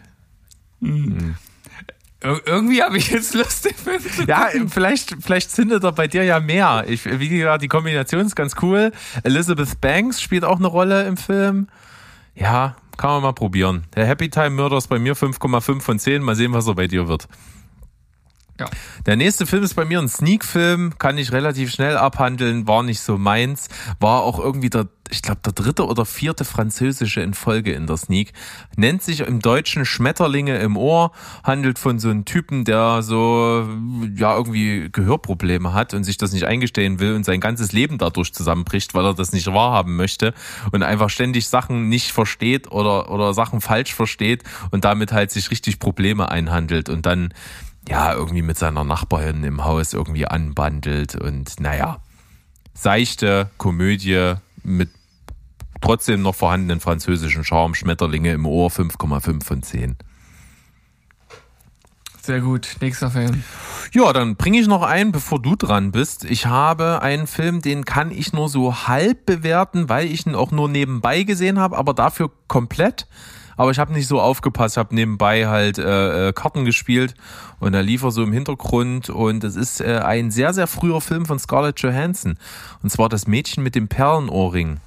Irgendwie habe ich jetzt Lust, den Film zu Ja, vielleicht zündet er bei dir ja mehr. Wie gesagt, die Kombination ist ganz cool. Elizabeth Banks spielt auch eine Rolle im Film. Ja, kann man mal probieren. Der Happy Time Murder ist bei mir 5,5 von 10. Mal sehen, was er bei dir wird. Ja. Der nächste Film ist bei mir ein Sneak-Film, kann ich relativ schnell abhandeln, war nicht so meins, war auch irgendwie der 3. oder 4. französische in Folge in der Sneak, nennt sich im Deutschen Schmetterlinge im Ohr, handelt von so einem Typen, der so, ja, irgendwie Gehörprobleme hat und sich das nicht eingestehen will und sein ganzes Leben dadurch zusammenbricht, weil er das nicht wahrhaben möchte und einfach ständig Sachen nicht versteht oder Sachen falsch versteht und damit halt sich richtig Probleme einhandelt und dann ja, irgendwie mit seiner Nachbarin im Haus irgendwie anbandelt und naja, seichte Komödie mit trotzdem noch vorhandenen französischen Charme, Schmetterlinge im Ohr, 5,5 von 10. Sehr gut, nächster Film. Ja, dann bringe ich noch einen, bevor du dran bist. Ich habe einen Film, den kann ich nur so halb bewerten, weil ich ihn auch nur nebenbei gesehen habe, aber dafür komplett. Aber ich habe nicht so aufgepasst, habe nebenbei halt Karten gespielt und da lief er so im Hintergrund und es ist ein sehr, sehr früher Film von Scarlett Johansson und zwar Das Mädchen mit dem Perlenohrring.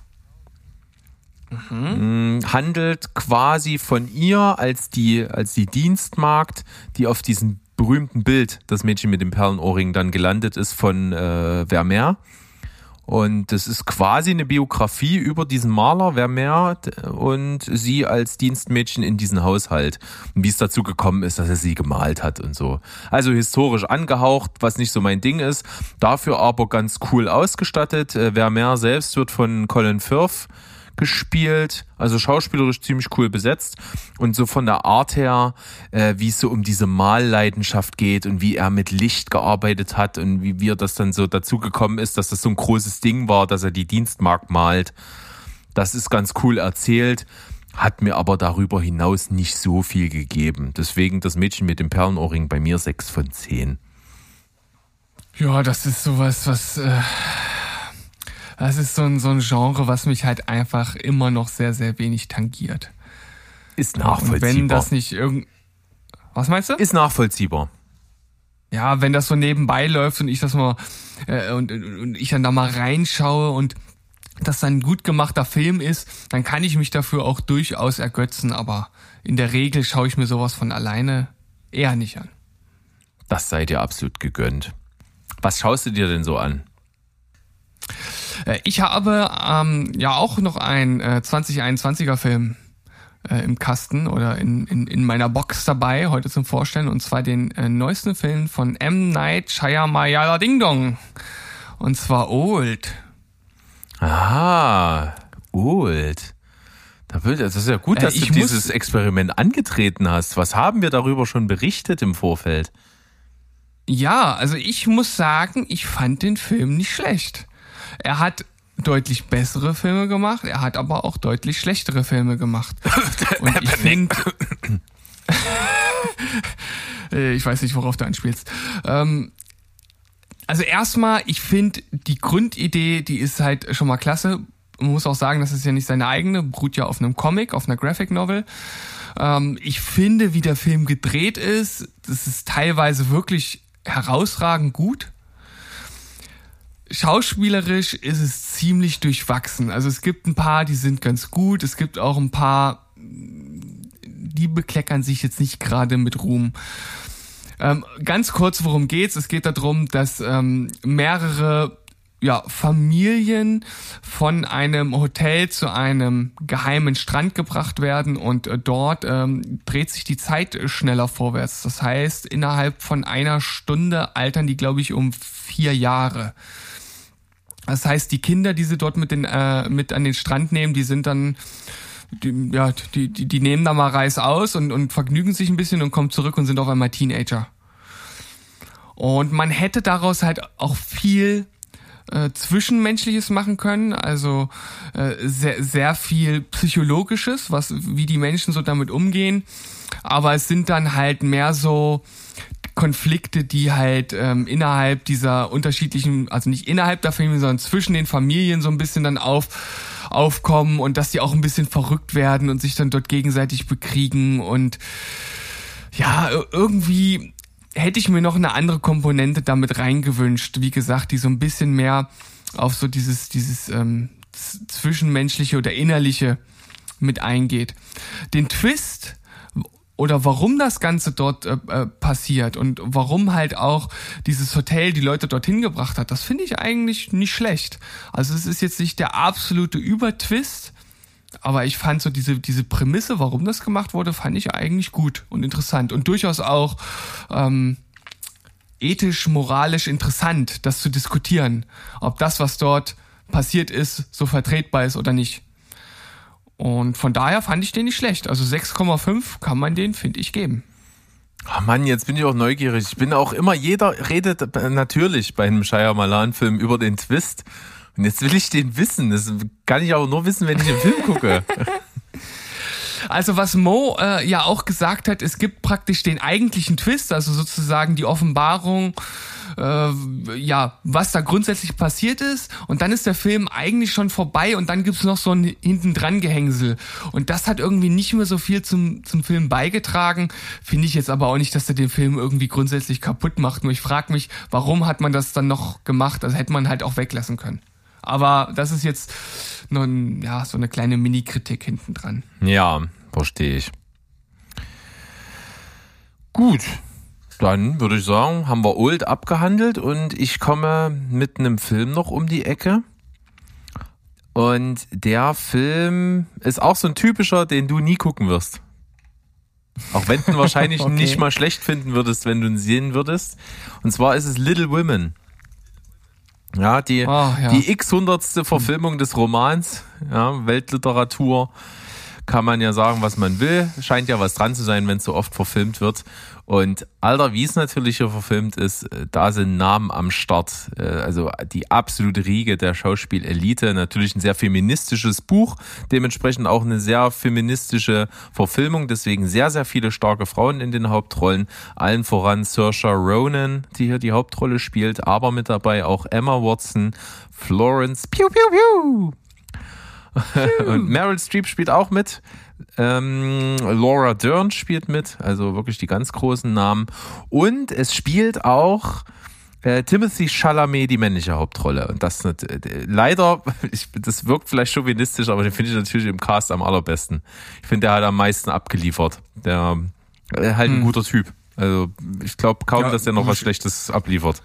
Handelt quasi von ihr als die Dienstmagd, die auf diesem berühmten Bild, das Mädchen mit dem Perlenohrring, dann gelandet ist von Vermeer. Und das ist quasi eine Biografie über diesen Maler Vermeer und sie als Dienstmädchen in diesen Haushalt. Und wie es dazu gekommen ist, dass er sie gemalt hat und so. Also historisch angehaucht, was nicht so mein Ding ist. Dafür aber ganz cool ausgestattet. Vermeer selbst wird von Colin Firth gespielt, also schauspielerisch ziemlich cool besetzt und so von der Art her, wie es so um diese Malleidenschaft geht und wie er mit Licht gearbeitet hat und wie er das dann so dazu gekommen ist, dass das so ein großes Ding war, dass er die Dienstmagd malt. Das ist ganz cool erzählt, hat mir aber darüber hinaus nicht so viel gegeben. Deswegen Das Mädchen mit dem Perlenohrring bei mir 6 von 10. Ja, das ist sowas, das ist so ein Genre, was mich halt einfach immer noch sehr, sehr wenig tangiert. Ist nachvollziehbar. Und wenn das nicht was meinst du? Ist nachvollziehbar. Ja, wenn das so nebenbei läuft und ich das mal und ich dann da mal reinschaue und das dann ein gut gemachter Film ist, dann kann ich mich dafür auch durchaus ergötzen, aber in der Regel schaue ich mir sowas von alleine eher nicht an. Das sei dir absolut gegönnt. Was schaust du dir denn so an? Ich habe ja auch noch einen 2021er Film im Kasten oder in meiner Box dabei, heute zum Vorstellen, und zwar den neuesten Film von M. Night Shyamalan Ding Dong. Und zwar Old. Ah, Old. Das ist ja gut, dass du dieses Experiment angetreten hast. Was haben wir darüber schon berichtet im Vorfeld? Ja, also ich muss sagen, ich fand den Film nicht schlecht. Er hat deutlich bessere Filme gemacht, er hat aber auch deutlich schlechtere Filme gemacht. Und ich finde... ich weiß nicht, worauf du anspielst. Also erstmal, ich finde, die Grundidee, die ist halt schon mal klasse. Man muss auch sagen, das ist ja nicht seine eigene, beruht ja auf einem Comic, auf einer Graphic Novel. Ich finde, wie der Film gedreht ist, das ist teilweise wirklich herausragend gut. Schauspielerisch ist es ziemlich durchwachsen. Also es gibt ein paar, die sind ganz gut. Es gibt auch ein paar, die bekleckern sich jetzt nicht gerade mit Ruhm. Ganz kurz, worum geht's? Es geht darum, dass mehrere Familien von einem Hotel zu einem geheimen Strand gebracht werden und dort dreht sich die Zeit schneller vorwärts. Das heißt, innerhalb von einer Stunde altern die, glaube ich, um 4 Jahre. Das heißt, die Kinder, die sie dort mit an den Strand nehmen, die sind dann, die nehmen da mal Reis aus und vergnügen sich ein bisschen und kommen zurück und sind auf einmal Teenager. Und man hätte daraus halt auch viel Zwischenmenschliches machen können, also sehr, sehr viel Psychologisches, wie die Menschen so damit umgehen, aber es sind dann halt mehr so Konflikte, die halt innerhalb dieser unterschiedlichen, also nicht innerhalb der Familie, sondern zwischen den Familien so ein bisschen dann aufkommen und dass die auch ein bisschen verrückt werden und sich dann dort gegenseitig bekriegen und ja, irgendwie hätte ich mir noch eine andere Komponente damit reingewünscht, wie gesagt, die so ein bisschen mehr auf so dieses Zwischenmenschliche oder Innerliche mit eingeht. Den Twist oder warum das Ganze dort passiert und warum halt auch dieses Hotel die Leute dorthin gebracht hat, das finde ich eigentlich nicht schlecht. Also es ist jetzt nicht der absolute Übertwist, aber ich fand so diese Prämisse, warum das gemacht wurde, fand ich eigentlich gut und interessant und durchaus auch ethisch, moralisch interessant, das zu diskutieren, ob das, was dort passiert ist, so vertretbar ist oder nicht. Und von daher fand ich den nicht schlecht. Also 6,5 kann man den, finde ich, geben. Ach Mann, jetzt bin ich auch neugierig. Ich bin auch immer, jeder redet natürlich bei einem Shyamalan-Film über den Twist. Und jetzt will ich den wissen. Das kann ich aber nur wissen, wenn ich den Film gucke. Also was Mo ja auch gesagt hat, es gibt praktisch den eigentlichen Twist, also sozusagen die Offenbarung, ja, was da grundsätzlich passiert ist, und dann ist der Film eigentlich schon vorbei und dann gibt's noch so ein Hintendran-Gehängsel und das hat irgendwie nicht mehr so viel zum Film beigetragen, finde ich jetzt aber auch nicht, dass der den Film irgendwie grundsätzlich kaputt macht, nur ich frage mich, warum hat man das dann noch gemacht, also hätte man halt auch weglassen können. Aber das ist jetzt nur so eine kleine Mini-Kritik hinten dran. Ja, verstehe ich. Gut, dann würde ich sagen, haben wir Old abgehandelt und ich komme mit einem Film noch um die Ecke. Und der Film ist auch so ein typischer, den du nie gucken wirst. Auch wenn du ihn wahrscheinlich Okay. nicht mal schlecht finden würdest, wenn du ihn sehen würdest. Und zwar ist es Little Women. Ja, die x-hundertste Verfilmung des Romans, ja, Weltliteratur, kann man ja sagen, was man will. Scheint ja was dran zu sein, wenn es so oft verfilmt wird. Und Alter, wie es natürlich hier verfilmt ist, da sind Namen am Start. Also die absolute Riege der Schauspielelite. Natürlich ein sehr feministisches Buch, dementsprechend auch eine sehr feministische Verfilmung. Deswegen sehr, sehr viele starke Frauen in den Hauptrollen. Allen voran Saoirse Ronan, die hier die Hauptrolle spielt, aber mit dabei auch Emma Watson, Florence Piu Piu Piu. Und Meryl Streep spielt auch mit. Laura Dern spielt mit, also wirklich die ganz großen Namen. Und es spielt auch Timothée Chalamet die männliche Hauptrolle. Und das leider, das wirkt vielleicht chauvinistisch, aber den finde ich natürlich im Cast am allerbesten. Ich finde, der hat am meisten abgeliefert. Der halt ein guter Typ. Also ich glaube kaum, dass der noch was Schlechtes abliefert.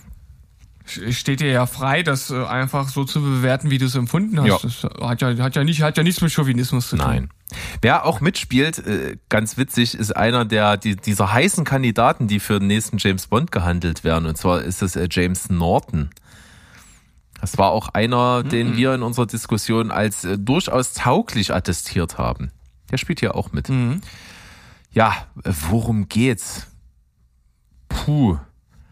Steht dir ja frei, das einfach so zu bewerten, wie du es empfunden hast. Ja. Das hat ja nichts mit Chauvinismus zu tun. Nein. Wer auch mitspielt, ganz witzig, ist einer dieser heißen Kandidaten, die für den nächsten James Bond gehandelt werden. Und zwar ist es James Norton. Das war auch einer, den wir in unserer Diskussion als durchaus tauglich attestiert haben. Der spielt hier auch mit. Mhm. Ja, worum geht's? Puh.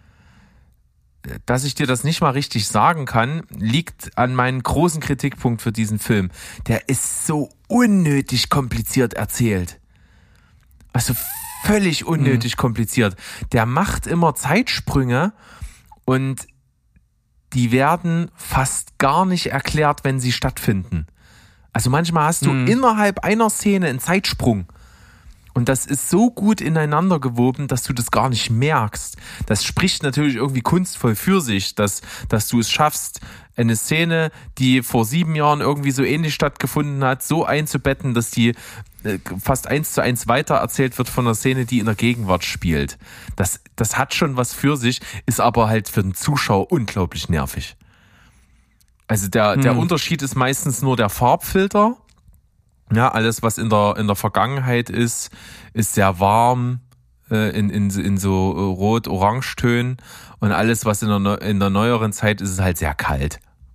Dass ich dir das nicht mal richtig sagen kann, liegt an meinem großen Kritikpunkt für diesen Film. Der ist so unnötig kompliziert erzählt. Also völlig unnötig kompliziert. Der macht immer Zeitsprünge und die werden fast gar nicht erklärt, wenn sie stattfinden. Also manchmal hast du innerhalb einer Szene einen Zeitsprung. Und das ist so gut ineinander gewoben, dass du das gar nicht merkst. Das spricht natürlich irgendwie kunstvoll für sich, dass du es schaffst, eine Szene, die vor 7 Jahren irgendwie so ähnlich stattgefunden hat, so einzubetten, dass die fast 1:1 weitererzählt wird von einer Szene, die in der Gegenwart spielt. Das hat schon was für sich, ist aber halt für den Zuschauer unglaublich nervig. Also der Unterschied ist meistens nur der Farbfilter. Ja, alles, was in der Vergangenheit ist sehr warm, in so Rot-Orange-Tönen. Und alles, was in der neueren Zeit ist, ist halt sehr kalt.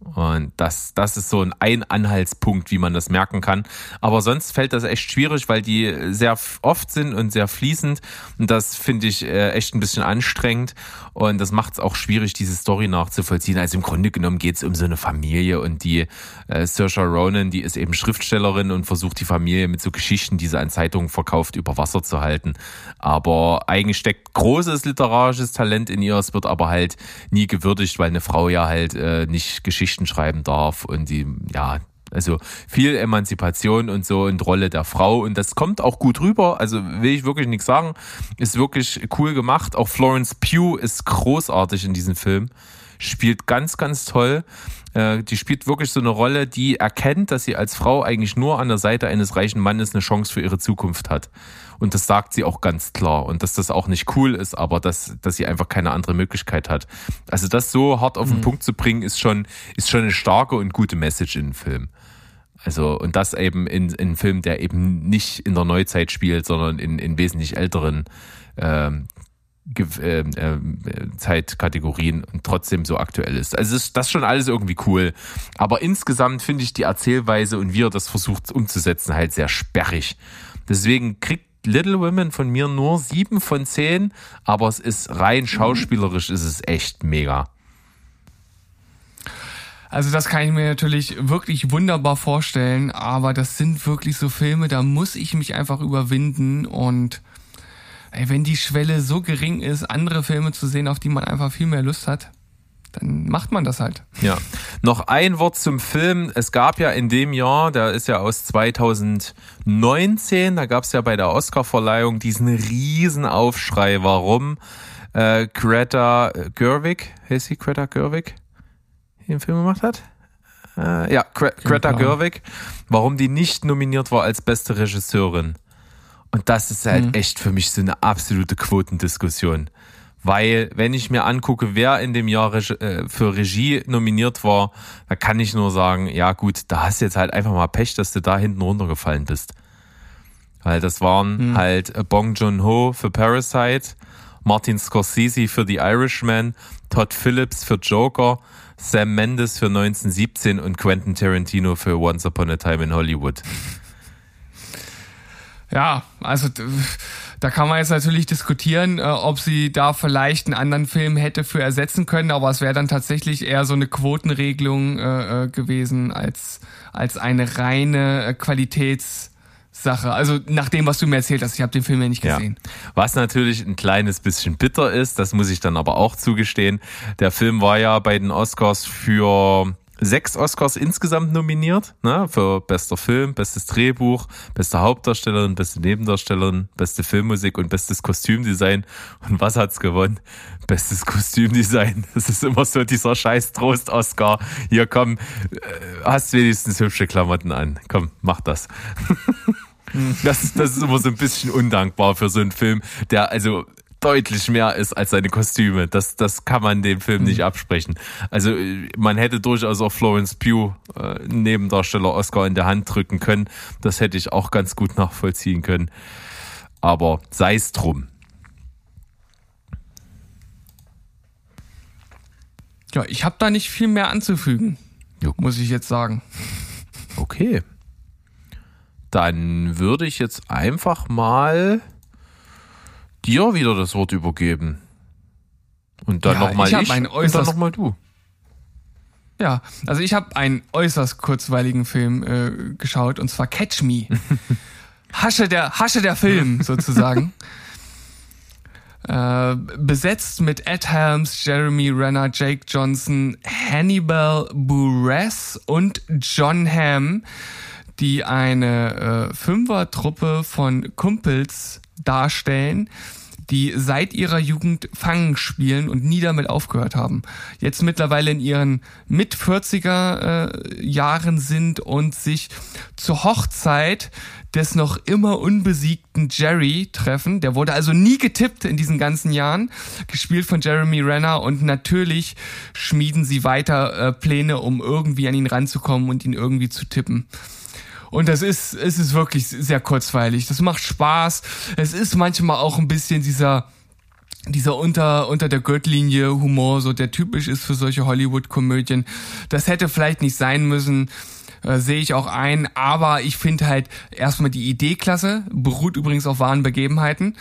Und das ist so ein Anhaltspunkt, wie man das merken kann. Aber sonst fällt das echt schwierig, weil die sehr oft sind und sehr fließend. Und das finde ich echt ein bisschen anstrengend. Und das macht es auch schwierig, diese Story nachzuvollziehen. Also im Grunde genommen geht es um so eine Familie und die Saoirse Ronan, die ist eben Schriftstellerin und versucht die Familie mit so Geschichten, die sie an Zeitungen verkauft, über Wasser zu halten. Aber eigentlich steckt großes literarisches Talent in ihr. Es wird aber halt nie gewürdigt, weil eine Frau ja halt nicht Geschichten schreiben darf und die, ja, also viel Emanzipation und so und Rolle der Frau und das kommt auch gut rüber, also will ich wirklich nichts sagen, ist wirklich cool gemacht, auch Florence Pugh ist großartig in diesem Film, spielt ganz, ganz toll, die spielt wirklich so eine Rolle, die erkennt, dass sie als Frau eigentlich nur an der Seite eines reichen Mannes eine Chance für ihre Zukunft hat. Und das sagt sie auch ganz klar. Und dass das auch nicht cool ist, aber dass sie einfach keine andere Möglichkeit hat. Also das so hart auf den Punkt zu bringen, ist schon eine starke und gute Message in einem Film. Also, und das eben in einem Film, der eben nicht in der Neuzeit spielt, sondern in wesentlich älteren Zeitkategorien und trotzdem so aktuell ist. Also das ist schon alles irgendwie cool. Aber insgesamt finde ich die Erzählweise und wie er das versucht umzusetzen halt sehr sperrig. Deswegen kriegt Little Women von mir nur 7 von 10, aber es ist rein schauspielerisch, ist es echt mega. Also das kann ich mir natürlich wirklich wunderbar vorstellen, aber das sind wirklich so Filme, da muss ich mich einfach überwinden und wenn die Schwelle so gering ist, andere Filme zu sehen, auf die man einfach viel mehr Lust hat, dann macht man das halt. Ja. Noch ein Wort zum Film. Es gab ja in dem Jahr, der ist ja aus 2019, da gab es ja bei der Oscarverleihung diesen riesen Aufschrei, warum Greta Gerwig, heißt sie Greta Gerwig, die den Film gemacht hat? Greta Gerwig, warum die nicht nominiert war als beste Regisseurin. Und das ist halt echt für mich so eine absolute Quotendiskussion. Weil, wenn ich mir angucke, wer in dem Jahr für Regie nominiert war, da kann ich nur sagen, ja gut, da hast du jetzt halt einfach mal Pech, dass du da hinten runtergefallen bist. Weil das waren halt Bong Joon-ho für Parasite, Martin Scorsese für The Irishman, Todd Phillips für Joker, Sam Mendes für 1917 und Quentin Tarantino für Once Upon a Time in Hollywood. Ja, also da kann man jetzt natürlich diskutieren, ob sie da vielleicht einen anderen Film hätte für ersetzen können, aber es wäre dann tatsächlich eher so eine Quotenregelung gewesen als eine reine Qualitätssache. Also nach dem, was du mir erzählt hast, ich habe den Film ja nicht gesehen. Ja. Was natürlich ein kleines bisschen bitter ist, das muss ich dann aber auch zugestehen. Der Film war ja bei den Oscars für 6 Oscars insgesamt nominiert, ne, für bester Film, bestes Drehbuch, beste Hauptdarstellerin, beste Nebendarstellerin, beste Filmmusik und bestes Kostümdesign. Und was hat's gewonnen? Bestes Kostümdesign. Das ist immer so dieser scheiß Trost-Oscar. Hier, komm, hast wenigstens hübsche Klamotten an. Komm, mach das. Das ist immer so ein bisschen undankbar für so einen Film, der also deutlich mehr ist als seine Kostüme. Das kann man dem Film nicht absprechen. Also man hätte durchaus auch Florence Pugh Nebendarsteller Oscar in der Hand drücken können. Das hätte ich auch ganz gut nachvollziehen können. Aber sei es drum. Ja, ich habe da nicht viel mehr anzufügen, muss ich jetzt sagen. Okay. Dann würde ich jetzt einfach mal dir wieder das Wort übergeben. Und dann nochmal ich und dann nochmal du. Ja, also ich habe einen äußerst kurzweiligen Film geschaut, und zwar Catch Me. Hasche der Film sozusagen. Besetzt mit Ed Helms, Jeremy Renner, Jake Johnson, Hannibal Buress und John Hamm, die eine Fünfer-Truppe von Kumpels darstellen, die seit ihrer Jugend Fangen spielen und nie damit aufgehört haben. Jetzt mittlerweile in ihren Mit-40er Jahren sind und sich zur Hochzeit des noch immer unbesiegten Jerry treffen. Der wurde also nie getippt in diesen ganzen Jahren, gespielt von Jeremy Renner, und natürlich schmieden sie weiter Pläne, um irgendwie an ihn ranzukommen und ihn irgendwie zu tippen. Und es ist wirklich sehr kurzweilig. Das macht Spaß. Es ist manchmal auch ein bisschen dieser dieser unter der Gürtellinie Humor, so der typisch ist für solche Hollywood-Komödien. Das hätte vielleicht nicht sein müssen, sehe ich auch ein, aber ich finde halt erstmal die Idee klasse, beruht übrigens auf wahren Begebenheiten,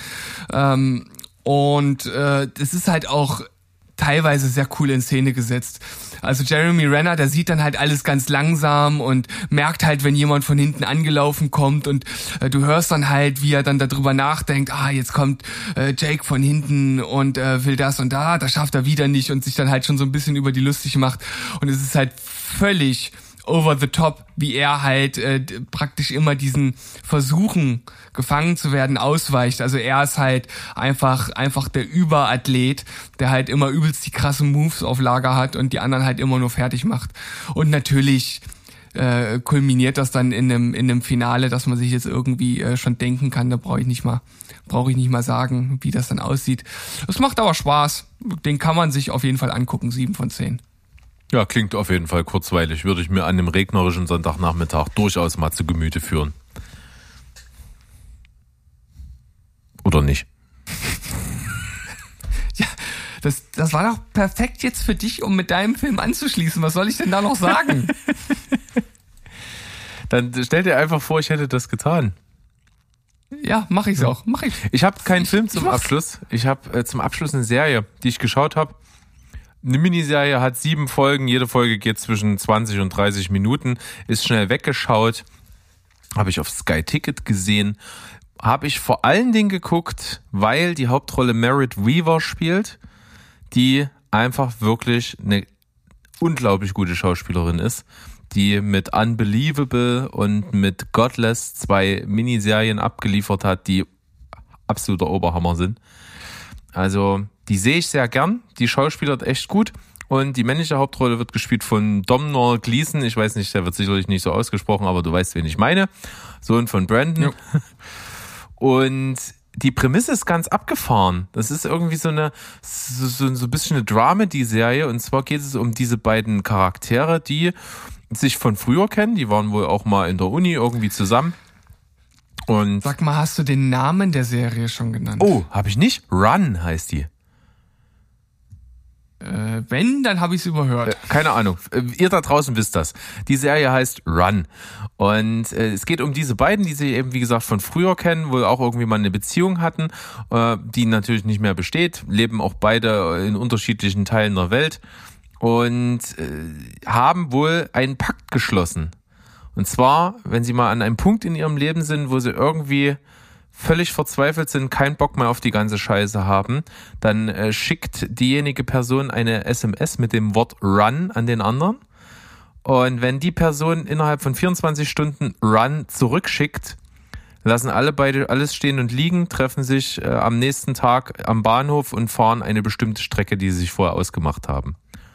und es ist halt auch teilweise sehr cool in Szene gesetzt. Also Jeremy Renner, der sieht dann halt alles ganz langsam und merkt halt, wenn jemand von hinten angelaufen kommt, und du hörst dann halt, wie er dann darüber nachdenkt, jetzt kommt Jake von hinten und will das und da schafft er wieder nicht, und sich dann halt schon so ein bisschen über die lustig macht, und es ist halt völlig over the top, wie er halt praktisch immer diesen Versuchen, gefangen zu werden, ausweicht. Also er ist halt einfach der Überathlet, der halt immer übelst die krassen Moves auf Lager hat und die anderen halt immer nur fertig macht. Und natürlich kulminiert das dann in einem Finale, dass man sich jetzt irgendwie schon denken kann, da brauche ich nicht mal sagen, wie das dann aussieht. Es macht aber Spaß. Den kann man sich auf jeden Fall angucken, 7 von 10. Ja, klingt auf jeden Fall kurzweilig. Würde ich mir an einem regnerischen Sonntagnachmittag durchaus mal zu Gemüte führen. Oder nicht? Ja, das war doch perfekt jetzt für dich, um mit deinem Film anzuschließen. Was soll ich denn da noch sagen? Dann stell dir einfach vor, ich hätte das getan. Ja, mach ich's auch. Ich habe keinen Film zum Abschluss. Ich habe zum Abschluss eine Serie, die ich geschaut habe. Eine Miniserie, hat 7 Folgen, jede Folge geht zwischen 20 und 30 Minuten, ist schnell weggeschaut, habe ich auf Sky Ticket gesehen, habe ich vor allen Dingen geguckt, weil die Hauptrolle Merritt Weaver spielt, die einfach wirklich eine unglaublich gute Schauspielerin ist, die mit Unbelievable und mit Godless 2 Miniserien abgeliefert hat, die absoluter Oberhammer sind. Also die sehe ich sehr gern, die schauspielert echt gut, und die männliche Hauptrolle wird gespielt von Domhnall Gleeson. Ich weiß nicht, der wird sicherlich nicht so ausgesprochen, aber du weißt, wen ich meine. Sohn von Brandon. Ja. Und die Prämisse ist ganz abgefahren. Das ist irgendwie so ein bisschen eine Dramedy-Serie, und zwar geht es um diese beiden Charaktere, die sich von früher kennen. Die waren wohl auch mal in der Uni irgendwie zusammen. Und sag mal, hast du den Namen der Serie schon genannt? Oh, habe ich nicht? Run heißt die. Wenn, dann habe ich es überhört. Keine Ahnung. Ihr da draußen wisst das. Die Serie heißt Run. Und es geht um diese beiden, die sich eben, wie gesagt, von früher kennen, wohl auch irgendwie mal eine Beziehung hatten, die natürlich nicht mehr besteht, leben auch beide in unterschiedlichen Teilen der Welt und haben wohl einen Pakt geschlossen. Und zwar, wenn sie mal an einem Punkt in ihrem Leben sind, wo sie irgendwie völlig verzweifelt sind, keinen Bock mehr auf die ganze Scheiße haben, dann schickt diejenige Person eine SMS mit dem Wort Run an den anderen. Und wenn die Person innerhalb von 24 Stunden Run zurückschickt, lassen alle beide alles stehen und liegen, treffen sich am nächsten Tag am Bahnhof und fahren eine bestimmte Strecke, die sie sich vorher ausgemacht haben.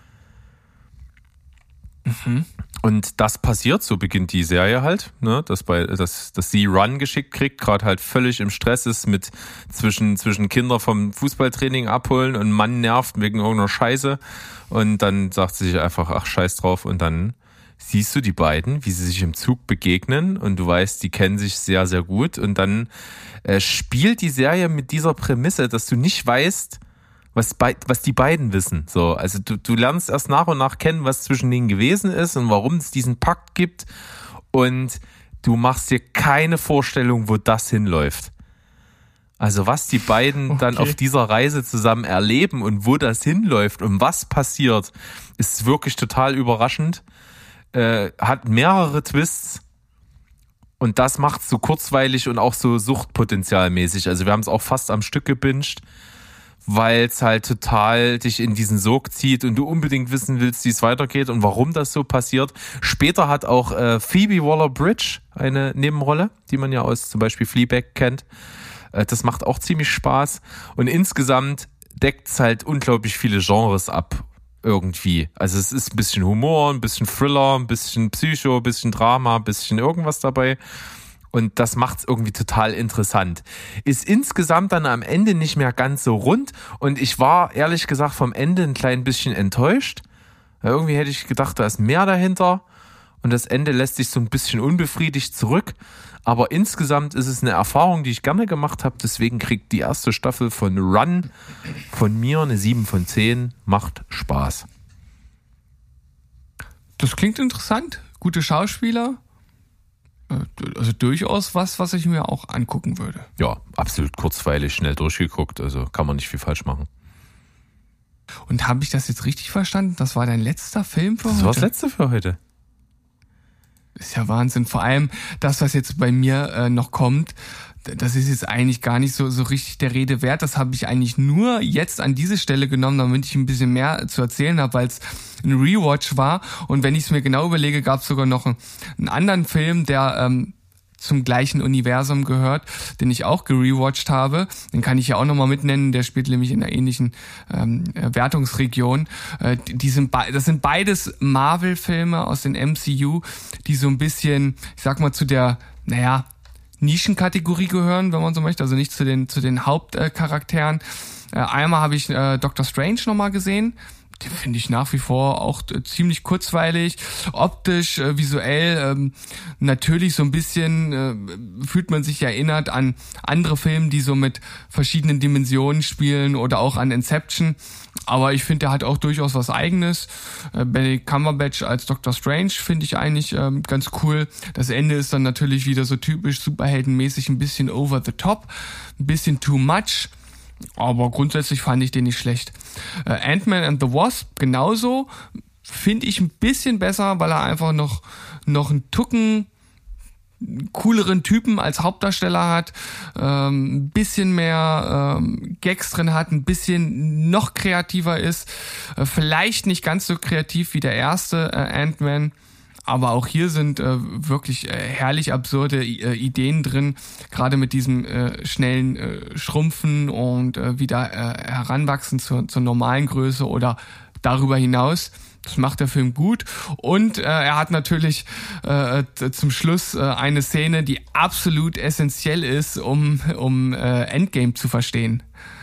Mhm. Und das passiert, so beginnt die Serie halt, ne, dass sie Run geschickt kriegt, gerade halt völlig im Stress ist mit zwischen Kinder vom Fußballtraining abholen und Mann nervt wegen irgendeiner Scheiße, und dann sagt sie sich einfach, ach, scheiß drauf, und dann siehst du die beiden, wie sie sich im Zug begegnen, und du weißt, die kennen sich sehr, sehr gut, und dann spielt die Serie mit dieser Prämisse, dass du nicht weißt, was die beiden wissen. So, also du lernst erst nach und nach kennen, was zwischen denen gewesen ist und warum es diesen Pakt gibt, und du machst dir keine Vorstellung, wo das hinläuft. Also was die beiden dann auf dieser Reise zusammen erleben und wo das hinläuft und was passiert, ist wirklich total überraschend. Hat mehrere Twists. Und das macht es so kurzweilig und auch so suchtpotenzialmäßig. Also wir haben es auch fast am Stück gebinged, weil es halt total dich in diesen Sog zieht und du unbedingt wissen willst, wie es weitergeht und warum das so passiert. Später hat auch Phoebe Waller-Bridge eine Nebenrolle, die man ja aus zum Beispiel Fleabag kennt. Das macht auch ziemlich Spaß. Und insgesamt deckt es halt unglaublich viele Genres ab irgendwie. Also es ist ein bisschen Humor, ein bisschen Thriller, ein bisschen Psycho, ein bisschen Drama, ein bisschen irgendwas dabei. Und das macht's irgendwie total interessant. Ist insgesamt dann am Ende nicht mehr ganz so rund. Und ich war ehrlich gesagt vom Ende ein klein bisschen enttäuscht. Irgendwie hätte ich gedacht, da ist mehr dahinter. und das Ende lässt sich so ein bisschen unbefriedigt zurück. Aber insgesamt ist es eine Erfahrung, die ich gerne gemacht habe. Deswegen kriegt die erste Staffel von Run von mir eine 7 von 10. Macht Spaß. Das klingt interessant. Gute Schauspieler. Also durchaus was ich mir auch angucken würde. Ja, absolut kurzweilig, schnell durchgeguckt. Also kann man nicht viel falsch machen. Und habe ich das jetzt richtig verstanden? Das war dein letzter Film für heute? Das war das letzte für heute. Ist ja Wahnsinn. Vor allem das, was jetzt bei mir noch kommt, das ist jetzt eigentlich gar nicht so richtig der Rede wert. Das habe ich eigentlich nur jetzt an diese Stelle genommen, damit ich ein bisschen mehr zu erzählen habe, weil es ein Rewatch war. Und wenn ich es mir genau überlege, gab es sogar noch einen anderen Film, der zum gleichen Universum gehört, den ich auch gerewatcht habe. Den kann ich ja auch nochmal mitnennen, der spielt nämlich in einer ähnlichen Wertungsregion. Das sind beides Marvel-Filme aus den MCU, die so ein bisschen, ich sag mal, zu der, Nischenkategorie gehören, wenn man so möchte, also nicht zu den Hauptcharakteren. Einmal habe ich Doctor Strange nochmal gesehen. Den finde ich nach wie vor auch ziemlich kurzweilig, optisch, visuell, natürlich so ein bisschen fühlt man sich erinnert an andere Filme, die so mit verschiedenen Dimensionen spielen oder auch an Inception, aber ich finde, der hat auch durchaus was Eigenes. Benedict Cumberbatch als Doctor Strange finde ich eigentlich ganz cool. Das Ende ist dann natürlich wieder so typisch superheldenmäßig, ein bisschen over the top, ein bisschen too much. Aber grundsätzlich fand ich den nicht schlecht. Ant-Man and the Wasp genauso. Finde ich ein bisschen besser, weil er einfach noch einen Tucken cooleren Typen als Hauptdarsteller hat, ein bisschen mehr Gags drin hat, ein bisschen noch kreativer ist. Vielleicht nicht ganz so kreativ wie der erste Ant-Man. Aber auch hier sind wirklich herrlich absurde Ideen drin, gerade mit diesem schnellen Schrumpfen und wieder heranwachsen zur normalen Größe oder darüber hinaus. Das macht der Film gut. Und er hat natürlich zum Schluss eine Szene, die absolut essentiell ist, um Endgame zu verstehen.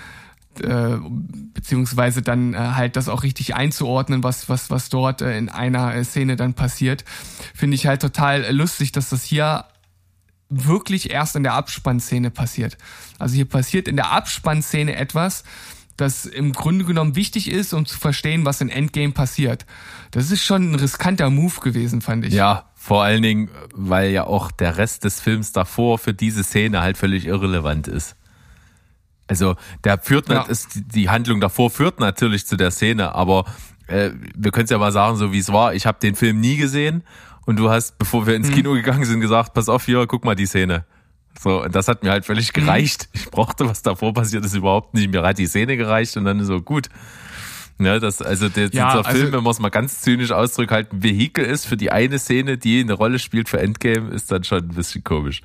Beziehungsweise dann halt das auch richtig einzuordnen, was dort in einer Szene dann passiert. Finde ich halt total lustig, dass das hier wirklich erst in der Abspannszene passiert. Also hier passiert in der Abspannszene etwas, das im Grunde genommen wichtig ist, um zu verstehen, was in Endgame passiert. Das ist schon ein riskanter Move gewesen, fand ich. Ja, vor allen Dingen, weil ja auch der Rest des Films davor für diese Szene halt völlig irrelevant ist. Also die Handlung davor führt natürlich zu der Szene, aber wir können es ja mal sagen, so wie es war. Ich habe den Film nie gesehen und du hast, bevor wir ins Kino gegangen sind, gesagt, pass auf hier, guck mal die Szene. So, und das hat mir halt völlig gereicht. Ich brauchte, was davor passiert ist, überhaupt nicht. Mir hat die Szene gereicht und dann so gut. Ja, dieser Film, wenn man es mal ganz zynisch ausdrückt, halt ein Vehikel ist für die eine Szene, die eine Rolle spielt für Endgame, ist dann schon ein bisschen komisch.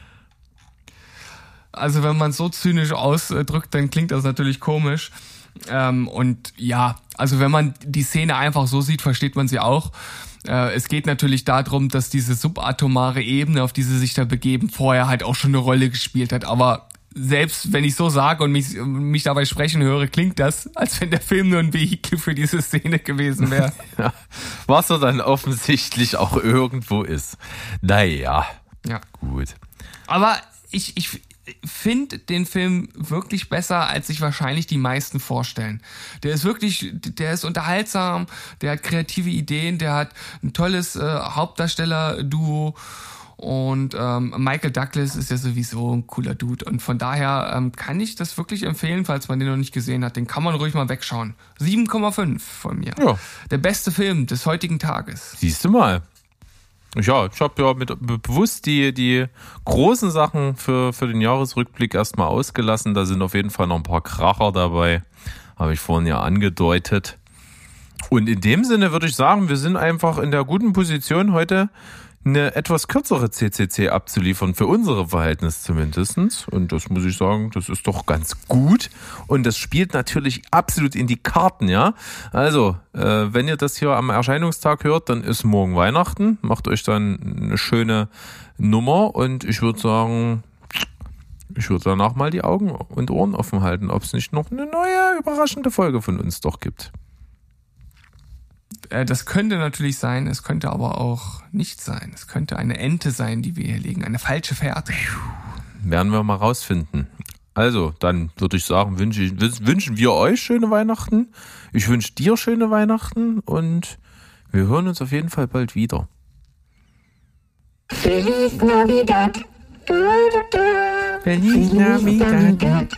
Also wenn man es so zynisch ausdrückt, dann klingt das natürlich komisch. Und ja, also wenn man die Szene einfach so sieht, versteht man sie auch. Es geht natürlich darum, dass diese subatomare Ebene, auf die sie sich da begeben, vorher halt auch schon eine Rolle gespielt hat. Aber selbst wenn ich so sage und mich dabei sprechen höre, klingt das, als wenn der Film nur ein Vehikel für diese Szene gewesen wäre. Ja, was er dann offensichtlich auch irgendwo ist. Naja, ja. Gut. Aber ich finde den Film wirklich besser, als sich wahrscheinlich die meisten vorstellen. Der ist unterhaltsam, der hat kreative Ideen, der hat ein tolles Hauptdarsteller-Duo und Michael Douglas ist ja sowieso ein cooler Dude und von daher kann ich das wirklich empfehlen, falls man den noch nicht gesehen hat. Den kann man ruhig mal wegschauen. 7,5 von mir. Ja. Der beste Film des heutigen Tages. Siehst du mal. Ja, ich habe ja bewusst die großen Sachen für den Jahresrückblick erstmal ausgelassen. Da sind auf jeden Fall noch ein paar Kracher dabei. Habe ich vorhin ja angedeutet. Und in dem Sinne würde ich sagen, wir sind einfach in der guten Position heute eine etwas kürzere CCC abzuliefern, für unsere Verhältnisse zumindest. Und das muss ich sagen, das ist doch ganz gut. Und das spielt natürlich absolut in die Karten, ja. Also, wenn ihr das hier am Erscheinungstag hört, dann ist morgen Weihnachten. Macht euch dann eine schöne Nummer und ich würde sagen, ich würde danach mal die Augen und Ohren offen halten, ob es nicht noch eine neue, überraschende Folge von uns doch gibt. Das könnte natürlich sein, es könnte aber auch nicht sein. Es könnte eine Ente sein, die wir hier legen, eine falsche Fährte. Werden wir mal rausfinden. Also, dann würde ich sagen, wünschen wir euch schöne Weihnachten. Ich wünsche dir schöne Weihnachten und wir hören uns auf jeden Fall bald wieder. Feliz Navidad. Feliz Navidad.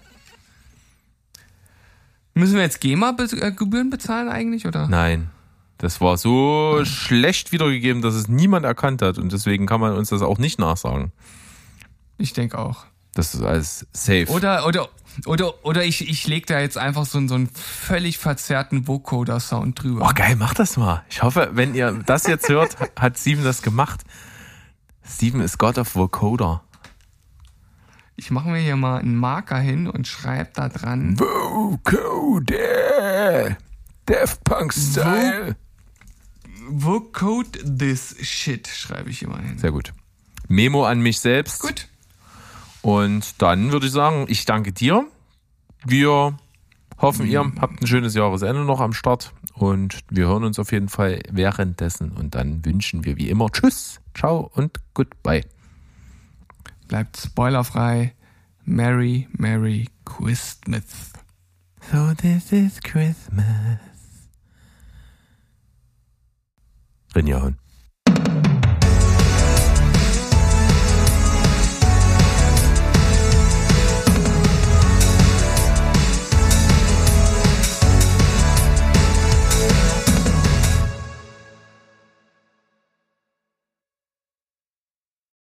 Müssen wir jetzt GEMA-Gebühren bezahlen eigentlich, oder? Nein, das war so schlecht wiedergegeben, dass es niemand erkannt hat und deswegen kann man uns das auch nicht nachsagen. Ich denke auch. Das ist alles safe. Oder ich leg da jetzt einfach so einen völlig verzerrten Vocoder-Sound drüber. Oh geil, mach das mal. Ich hoffe, wenn ihr das jetzt hört, hat Steven das gemacht. Steven ist God of Vocoder. Ich mache mir hier mal einen Marker hin und schreibe da dran. Vocoder. Daft Punk Style. Vocode this shit, schreibe ich hier mal hin. Sehr gut. Memo an mich selbst. Gut. Und dann würde ich sagen, ich danke dir. Wir hoffen, ihr habt ein schönes Jahresende noch am Start. Und wir hören uns auf jeden Fall währenddessen. Und dann wünschen wir wie immer Tschüss, ciao und goodbye. Bleibt spoilerfrei. Merry, Merry Christmas. So this is Christmas. Rinjahauen.